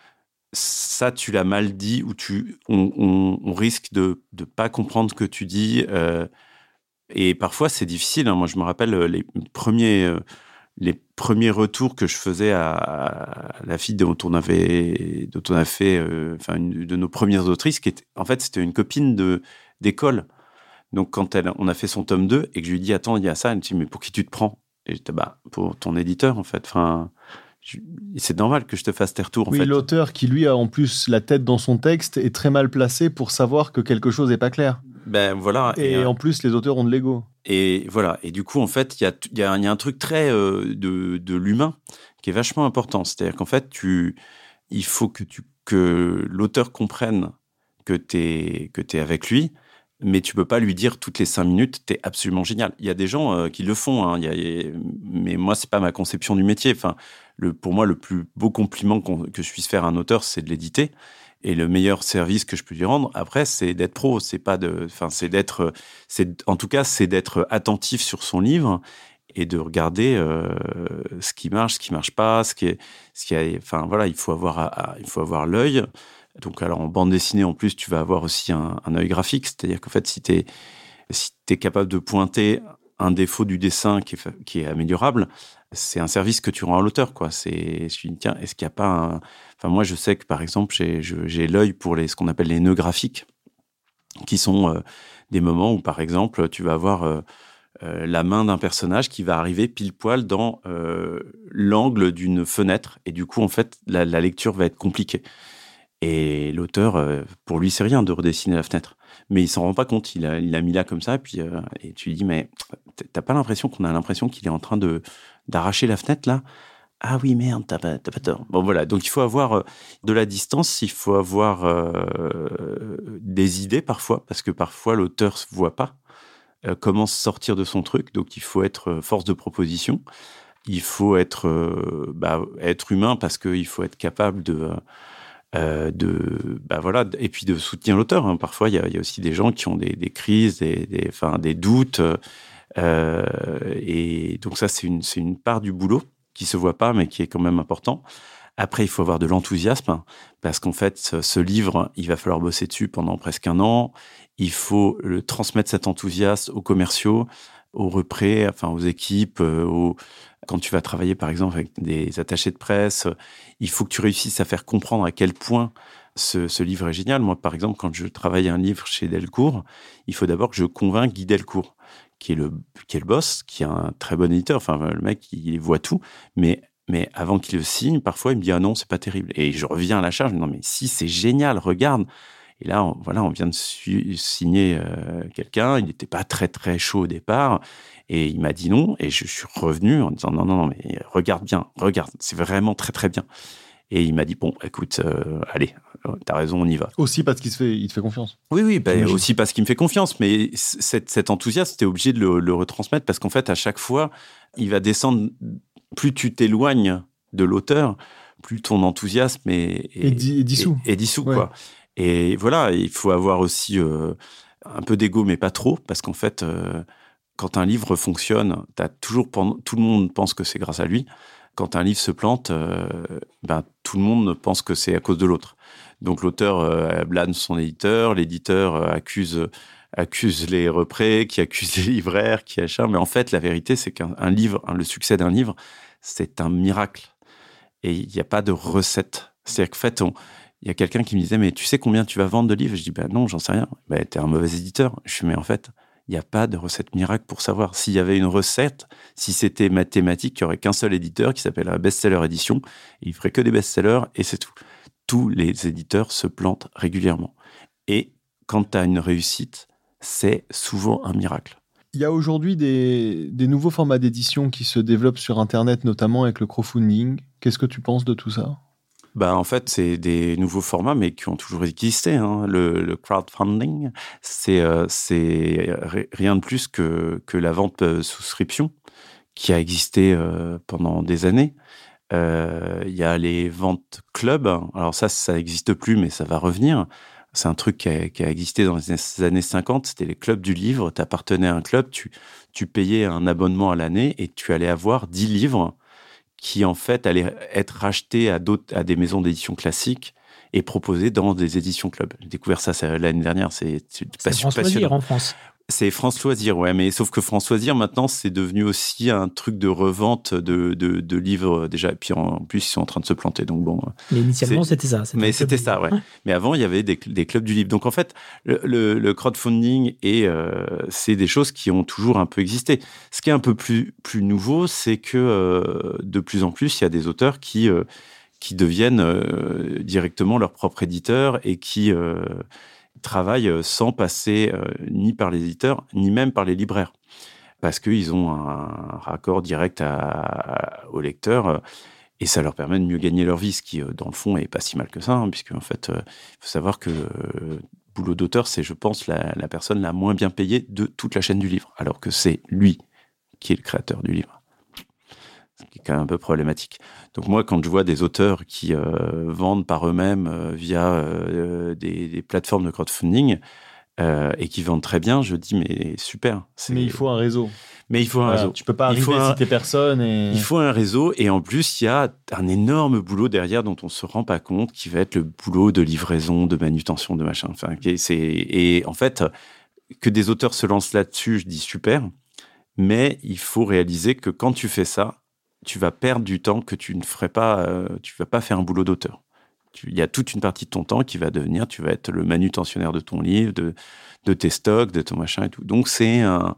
ça, tu l'as mal dit, ou on risque de ne pas comprendre ce que tu dis. Et parfois, c'est difficile. Moi, je me rappelle les premiers les premiers retours que je faisais à la fille dont on a fait, une de nos premières autrices, qui était, en fait, c'était une copine d'école. Donc, quand on a fait son tome 2 et que je lui ai dit, attends, il y a ça, elle me dit, mais pour qui tu te prends? Et j'étais, pour ton éditeur, en fait. Enfin, c'est normal que je te fasse tes retours, en fait. Oui, l'auteur qui, lui, a en plus la tête dans son texte est très mal placé pour savoir que quelque chose n'est pas clair. Ben, voilà. Et en plus, les auteurs ont de l'ego. Et voilà. Et du coup, en fait, il y a un truc très de l'humain qui est vachement important. C'est-à-dire qu'en fait, il faut que l'auteur comprenne que t'es avec lui, mais tu peux pas lui dire toutes les 5 minutes, t'es absolument génial. Il y a des gens qui le font, hein. Mais moi, c'est pas ma conception du métier. Enfin, pour moi, le plus beau compliment que je puisse faire à un auteur, c'est de l'éditer. Et le meilleur service que je peux lui rendre, après, c'est d'être pro. C'est d'être attentif sur son livre et de regarder ce qui marche pas, il faut avoir l'œil. Donc, alors, en bande dessinée, en plus, tu vas avoir aussi un œil graphique. C'est-à-dire qu'en fait, si t'es capable de pointer un défaut du dessin qui est améliorable, c'est un service que tu rends à l'auteur, quoi. Je me dis, tiens, est-ce qu'il n'y a pas Enfin, moi, je sais que, par exemple, j'ai l'œil pour ce qu'on appelle les nœuds graphiques, qui sont des moments où, par exemple, tu vas avoir la main d'un personnage qui va arriver pile poil dans l'angle d'une fenêtre. Et du coup, en fait, la lecture va être compliquée. Et l'auteur, pour lui, c'est rien de redessiner la fenêtre. Mais il s'en rend pas compte. Il a mis là comme ça. Et tu lui dis, mais t'as pas l'impression qu'on a l'impression qu'il est en train d'arracher la fenêtre, là? Ah oui, merde, t'as pas tort. Bon, voilà. Donc, il faut avoir de la distance. Il faut avoir des idées parfois, parce que parfois, l'auteur ne voit pas comment sortir de son truc. Donc, il faut être force de proposition. Il faut être humain, parce qu'il faut être capable et puis de soutenir l'auteur, hein. Parfois, il y a aussi des gens qui ont des crises, des doutes. Et donc, ça, c'est une part du boulot qui se voit pas, mais qui est quand même important. Après, il faut avoir de l'enthousiasme, hein, parce qu'en fait, ce livre, il va falloir bosser dessus pendant presque 1 an. Il faut transmettre cet enthousiasme aux commerciaux, aux représ, enfin aux équipes, quand tu vas travailler par exemple avec des attachés de presse, il faut que tu réussisses à faire comprendre à quel point ce livre est génial. Moi, par exemple, quand je travaille un livre chez Delcourt, il faut d'abord que je convainque Guy Delcourt, qui est le boss, qui est un très bon éditeur. Enfin, le mec, il voit tout, mais avant qu'il le signe, parfois, il me dit « Ah non, c'est pas terrible ». Et je reviens à la charge, « Non, mais si, c'est génial, regarde ». Et là, on vient de signer quelqu'un, il n'était pas très, très chaud au départ, et il m'a dit non, et je suis revenu en disant non, mais regarde bien, c'est vraiment très, très bien. Et il m'a dit, bon, écoute, allez, t'as raison, on y va. Aussi parce qu'il te fait confiance. Oui, aussi parce qu'il me fait confiance, mais cet enthousiasme, t'es obligé de le retransmettre, parce qu'en fait, à chaque fois, il va descendre, plus tu t'éloignes de l'auteur, plus ton enthousiasme est dissous. Est dissous, ouais. Quoi. Et voilà, il faut avoir aussi un peu d'ego, mais pas trop, parce qu'en fait, quand un livre fonctionne, tout le monde pense que c'est grâce à lui. Quand un livre se plante, tout le monde pense que c'est à cause de l'autre. Donc l'auteur blâme son éditeur, l'éditeur accuse les représ, qui accuse les libraires, qui achètent. Mais en fait, la vérité, c'est qu'un livre, le succès d'un livre, c'est un miracle. Et il n'y a pas de recette. C'est-à-dire qu'en fait, il y a quelqu'un qui me disait, mais tu sais combien tu vas vendre de livres? Je dis, non, j'en sais rien. T'es un mauvais éditeur. Je dis, mais en fait, il n'y a pas de recette miracle pour savoir. S'il y avait une recette, si c'était mathématique, il n'y aurait qu'un seul éditeur qui s'appellerait Bestseller Édition. Il ferait que des best-sellers et c'est tout. Tous les éditeurs se plantent régulièrement. Et quand tu as une réussite, c'est souvent un miracle. Il y a aujourd'hui des nouveaux formats d'édition qui se développent sur Internet, notamment avec le crowdfunding. Qu'est-ce que tu penses de tout ça ? En fait, c'est des nouveaux formats, mais qui ont toujours existé. Hein. Le crowdfunding, c'est rien de plus que la vente souscription qui a existé pendant des années. Il y a les ventes club. Alors ça n'existe plus, mais ça va revenir. C'est un truc qui a existé dans les années 50. C'était les clubs du livre. Tu appartenais à un club, tu payais un abonnement à l'année et tu allais avoir 10 livres qui en fait allaient être rachetés à des maisons d'édition classiques et proposés dans des éditions club. J'ai découvert ça l'année dernière, c'est passionnant. En France. C'est France Loisirs, ouais, mais sauf que France Loisirs, maintenant, c'est devenu aussi un truc de revente de livres déjà. Et puis en plus, ils sont en train de se planter. Donc bon. Mais initialement, c'était ça. C'était ça, ouais. Mais avant, il y avait des clubs du livre. Donc en fait, le crowdfunding, c'est des choses qui ont toujours un peu existé. Ce qui est un peu plus nouveau, c'est que de plus en plus, il y a des auteurs qui deviennent directement leur propre éditeur et qui travaillent sans passer ni par les éditeurs, ni même par les libraires. Parce qu'ils ont un raccord direct au lecteur et ça leur permet de mieux gagner leur vie, ce qui, dans le fond, est pas si mal que ça, hein, puisque, en fait, il faut savoir que le boulot d'auteur, c'est, je pense, la personne la moins bien payée de toute la chaîne du livre, alors que c'est lui qui est le créateur du livre. Ce qui est quand même un peu problématique. Donc moi, quand je vois des auteurs qui vendent par eux-mêmes via des plateformes de crowdfunding et qui vendent très bien, je dis mais super. Mais il faut un réseau. Mais il faut un réseau. Tu peux pas arriver à citer personne. Il faut un réseau et en plus, il y a un énorme boulot derrière dont on se rend pas compte, qui va être le boulot de livraison, de manutention, de machin. Enfin, et en fait, que des auteurs se lancent là-dessus, je dis super. Mais il faut réaliser que quand tu fais ça, tu vas perdre du temps que tu ne ferais pas, tu vas pas faire un boulot d'auteur. Il y a toute une partie de ton temps qui va devenir, tu vas être le manutentionnaire de ton livre, de tes stocks, de ton machin et tout. Donc c'est un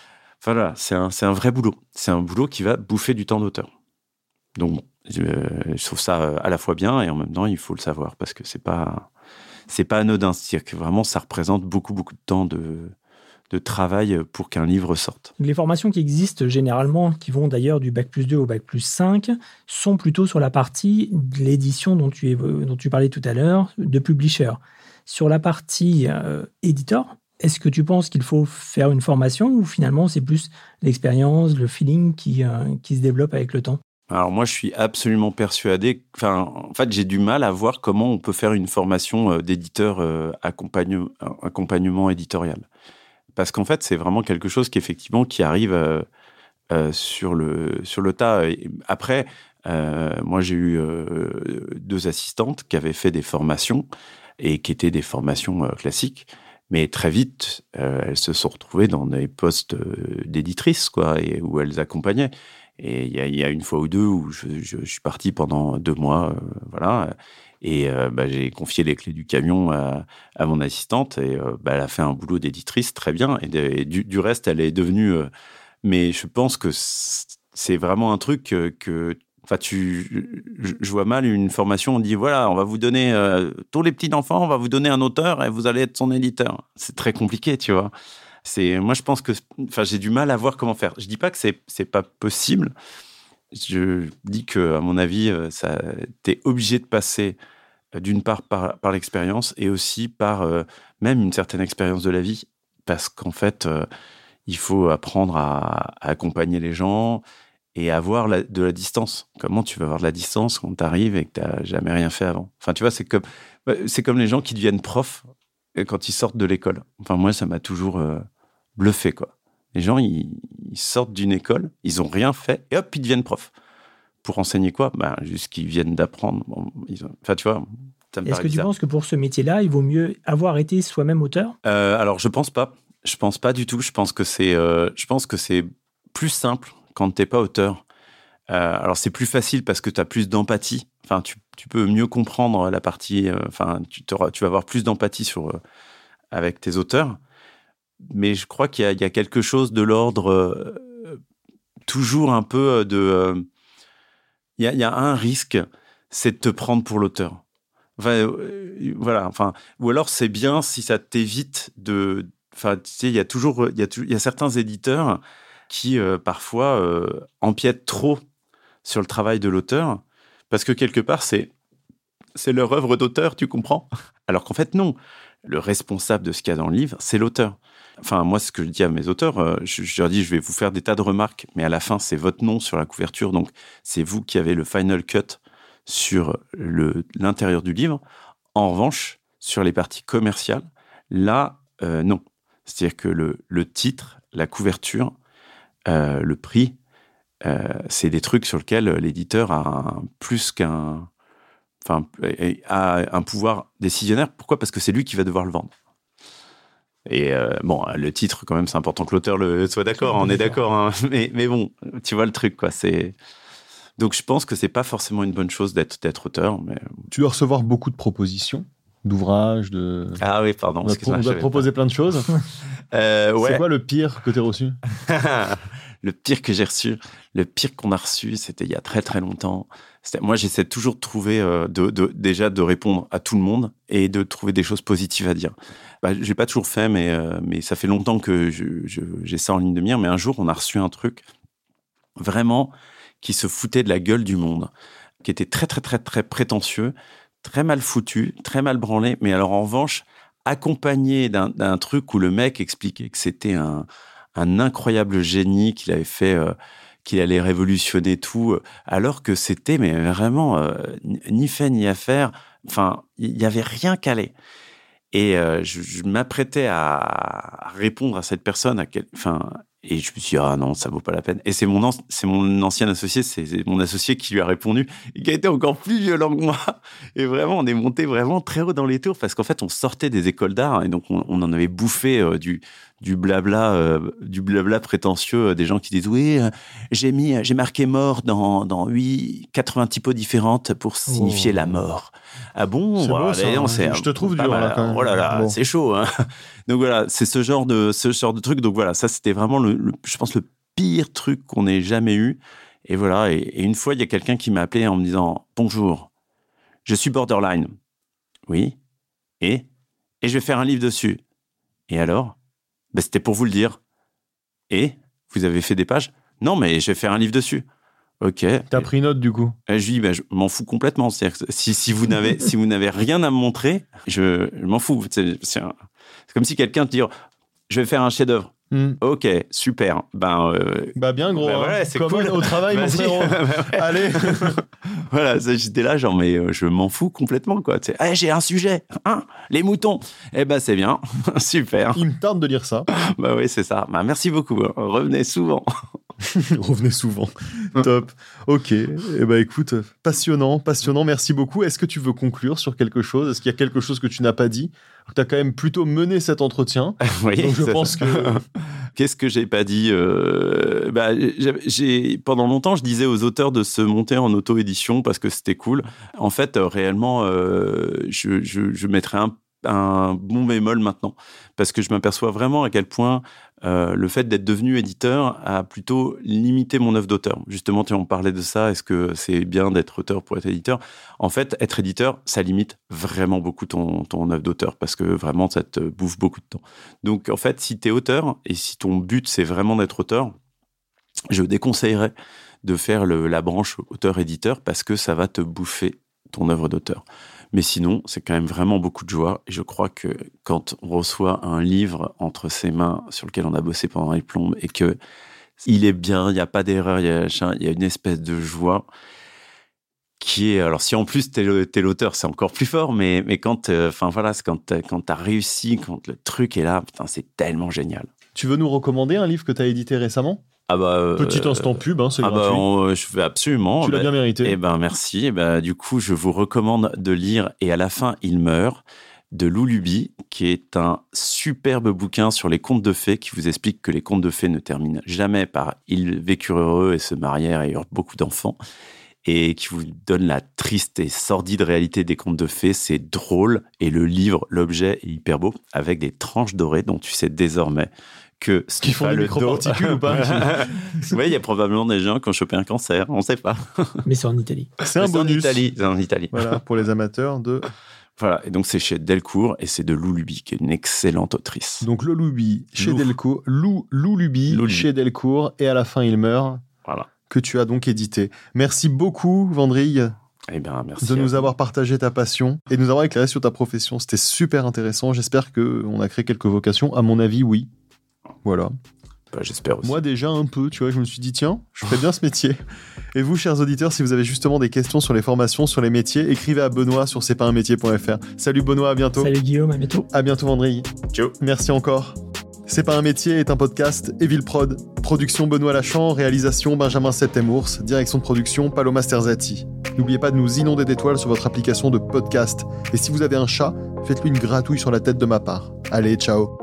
vrai boulot. C'est un boulot qui va bouffer du temps d'auteur. Donc bon, je trouve ça à la fois bien et en même temps il faut le savoir parce que c'est pas anodin. C'est-à-dire que vraiment ça représente beaucoup de temps de travail pour qu'un livre sorte. Les formations qui existent généralement, qui vont d'ailleurs du Bac+2 au Bac+5, sont plutôt sur la partie de l'édition dont tu parlais tout à l'heure, de publisher. Sur la partie éditeur, est-ce que tu penses qu'il faut faire une formation ou finalement c'est plus l'expérience, le feeling qui se développe avec le temps ? Alors moi, je suis absolument persuadé. En fait, j'ai du mal à voir comment on peut faire une formation d'éditeur accompagnement éditorial. Parce qu'en fait, c'est vraiment quelque chose qui arrive sur le tas. Et après, moi, j'ai eu 2 assistantes qui avaient fait des formations et qui étaient des formations classiques. Mais très vite, elles se sont retrouvées dans des postes d'éditrices, quoi, et où elles accompagnaient. Et il y a une fois ou deux où je suis parti pendant 2 mois, voilà. Et j'ai confié les clés du camion à mon assistante et elle a fait un boulot d'éditrice très bien. Et du reste, elle est devenue... mais je pense que c'est vraiment un truc que... Enfin, je vois mal une formation, on dit, voilà, on va vous donner... tous les petits-enfants, on va vous donner un auteur et vous allez être son éditeur. C'est très compliqué, tu vois. Moi, je pense que... Enfin, j'ai du mal à voir comment faire. Je dis pas que c'est pas possible. Je dis que, à mon avis, t'es obligé de passer d'une part par l'expérience et aussi par même une certaine expérience de la vie, parce qu'en fait, il faut apprendre à accompagner les gens et avoir de la distance. Comment tu vas avoir de la distance quand tu arrives et que tu n'as jamais rien fait avant ? Enfin, tu vois, c'est comme les gens qui deviennent profs quand ils sortent de l'école. Enfin, moi, ça m'a toujours bluffé, quoi. Les gens, ils sortent d'une école, ils n'ont rien fait, et hop, ils deviennent profs. Pour enseigner quoi ? Juste qu'ils viennent d'apprendre. Enfin, tu vois, ça me paraît bizarre. Est-ce que tu penses que pour ce métier-là, il vaut mieux avoir été soi-même auteur ? Alors, je pense pas. Je pense pas du tout. Je pense que c'est plus simple quand t'es pas auteur. Alors, c'est plus facile parce que tu as plus d'empathie. Enfin, tu peux mieux comprendre la partie... tu vas avoir plus d'empathie avec tes auteurs. Mais je crois qu'il y a quelque chose de l'ordre toujours un peu de... Il y a un risque, c'est de te prendre pour l'auteur. Enfin, voilà. Enfin, ou alors c'est bien si ça t'évite de... Enfin, tu sais, il y a certains éditeurs qui parfois empiètent trop sur le travail de l'auteur, parce que quelque part c'est leur œuvre d'auteur, tu comprends ? Alors qu'en fait non. Le responsable de ce qu'il y a dans le livre, c'est l'auteur. Enfin, moi, ce que je dis à mes auteurs, je leur dis, je vais vous faire des tas de remarques, mais à la fin, c'est votre nom sur la couverture, donc c'est vous qui avez le final cut sur l'intérieur du livre. En revanche, sur les parties commerciales, là, non. C'est-à-dire que le titre, la couverture, le prix, c'est des trucs sur lesquels l'éditeur a a un pouvoir décisionnaire. Pourquoi ? Parce que c'est lui qui va devoir le vendre. Et bon, le titre, quand même, c'est important que l'auteur soit d'accord, on est d'accord. Hein. Mais bon, tu vois le truc, quoi. Donc, je pense que c'est pas forcément une bonne chose d'être auteur. Mais... Tu dois recevoir beaucoup de propositions, d'ouvrages, de... Ah oui, pardon. On doit te proposer plein de choses. Ouais. C'est quoi le pire que tu as reçu? Le pire que j'ai reçu, le pire qu'on a reçu, c'était il y a très très longtemps. Moi, j'essaie toujours de trouver, déjà de répondre à tout le monde et de trouver des choses positives à dire. Je l'ai pas toujours fait, mais ça fait longtemps que j'ai ça en ligne de mire. Mais un jour, on a reçu un truc vraiment qui se foutait de la gueule du monde, qui était très très très très prétentieux, très mal foutu, très mal branlé. Mais alors en revanche, accompagné d'un truc où le mec expliquait que c'était un incroyable génie qu'il avait fait, qu'il allait révolutionner tout, alors que c'était mais vraiment ni fait ni à faire. Enfin, il n'y avait rien calé. Et je m'apprêtais à répondre à cette personne, et je me suis dit, ah non, ça vaut pas la peine. Et c'est mon ancien associé, c'est mon associé qui lui a répondu, et qui a été encore plus violent que moi. Et vraiment, on est monté vraiment très haut dans les tours, parce qu'en fait, on sortait des écoles d'art, et donc on en avait bouffé du blabla prétentieux, des gens qui disent, oui, j'ai marqué mort dans 80 typos différentes pour signifier la mort. Ah bon? C'est beau, ça, je te trouve dur, là, quand même. Oh là là, bon. C'est chaud, hein. Donc voilà, c'est ce genre de truc. Donc voilà, ça, c'était vraiment je pense, le pire truc qu'on ait jamais eu. Et voilà. Et une fois, il y a quelqu'un qui m'a appelé en me disant, bonjour, je suis borderline. Oui. Et je vais faire un livre dessus. Et alors? C'était pour vous le dire. Et vous avez fait des pages? Non, mais je vais faire un livre dessus. Ok. T'as pris note du coup? Je lui dis, je m'en fous complètement. C'est-à-dire que si vous n'avez rien à me montrer, je m'en fous. C'est comme si quelqu'un te dit, je vais faire un chef-d'œuvre. Ok, super. Bien gros. Ouais, c'est cool. Au travail, mon frérot. Allez. Voilà, j'étais là, genre, mais je m'en fous complètement, quoi. J'ai un sujet, les moutons. C'est bien, super. Il me tarde de lire ça. Oui, c'est ça. Merci beaucoup. Revenez souvent. Revenez souvent. Top. Ok. Écoute, passionnant. Merci beaucoup. Est-ce que tu veux conclure sur quelque chose? Est-ce qu'il y a quelque chose que tu n'as pas dit? Tu as quand même plutôt mené cet entretien. Oui, donc je pense que... Qu'est-ce que j'ai pas dit? Pendant longtemps, je disais aux auteurs de se monter en auto-édition parce que c'était cool. En fait, réellement, je mettrais un bon bémol maintenant, parce que je m'aperçois vraiment à quel point le fait d'être devenu éditeur a plutôt limité mon œuvre d'auteur. Justement, on parlait de ça, est-ce que c'est bien d'être auteur pour être éditeur? En fait, être éditeur, ça limite vraiment beaucoup ton œuvre d'auteur, parce que vraiment, ça te bouffe beaucoup de temps. Donc, en fait, si tu es auteur, et si ton but, c'est vraiment d'être auteur, je déconseillerais de faire la branche auteur-éditeur, parce que ça va te bouffer ton œuvre d'auteur. Mais sinon, c'est quand même vraiment beaucoup de joie. Et je crois que quand on reçoit un livre entre ses mains sur lequel on a bossé pendant les plombes et que il est bien, il n'y a pas d'erreur, il y a une espèce de joie qui est... Alors, si en plus t'es l'auteur, c'est encore plus fort, mais quand, c'est quand t'as réussi, quand le truc est là, putain, c'est tellement génial. Tu veux nous recommander un livre que t'as édité récemment? Petit instant pub, c'est gratuit. Je vais absolument. Tu l'as bien mérité. Merci. Du coup, je vous recommande de lire « Et à la fin, il meurt » de Lou Luby, qui est un superbe bouquin sur les contes de fées qui vous explique que les contes de fées ne terminent jamais par « ils vécurent heureux et se marièrent et eurent beaucoup d'enfants » et qui vous donne la triste et sordide réalité des contes de fées. C'est drôle et le livre, l'objet est hyper beau avec des tranches dorées dont tu sais désormais que ce qu'ils font des microparticules ou pas? Oui, il y a probablement des gens qui ont chopé un cancer, on ne sait pas. Mais c'est en Italie. C'est un bonus. C'est en Italie. Voilà, pour les amateurs de... Voilà, et donc c'est chez Delcourt et c'est de Lou Luby, qui est une excellente autrice. Donc Lou Luby chez Delcourt, Lou Luby chez Delcourt, et à la fin il meurt. Voilà. Que tu as donc édité. Merci beaucoup, Vendrigue. Merci de nous avoir partagé ta passion et de nous avoir éclairé sur ta profession. C'était super intéressant. J'espère qu'on a créé quelques vocations. À mon avis, oui. Voilà. J'espère aussi. Moi, déjà, un peu, tu vois, je me suis dit, tiens, je ferais bien ce métier. Et vous, chers auditeurs, si vous avez justement des questions sur les formations, sur les métiers, écrivez à Benoît sur cestpasunmétier.fr. Salut Benoît, à bientôt. Salut Guillaume, à bientôt. À bientôt, Vendrigue. Ciao. Merci encore. C'est pas un métier est un podcast Evil Prod. Production Benoît Lachamp, réalisation Benjamin Septemours, direction de production Paloma Sterzati. N'oubliez pas de nous inonder d'étoiles sur votre application de podcast. Et si vous avez un chat, faites-lui une gratouille sur la tête de ma part. Allez, ciao.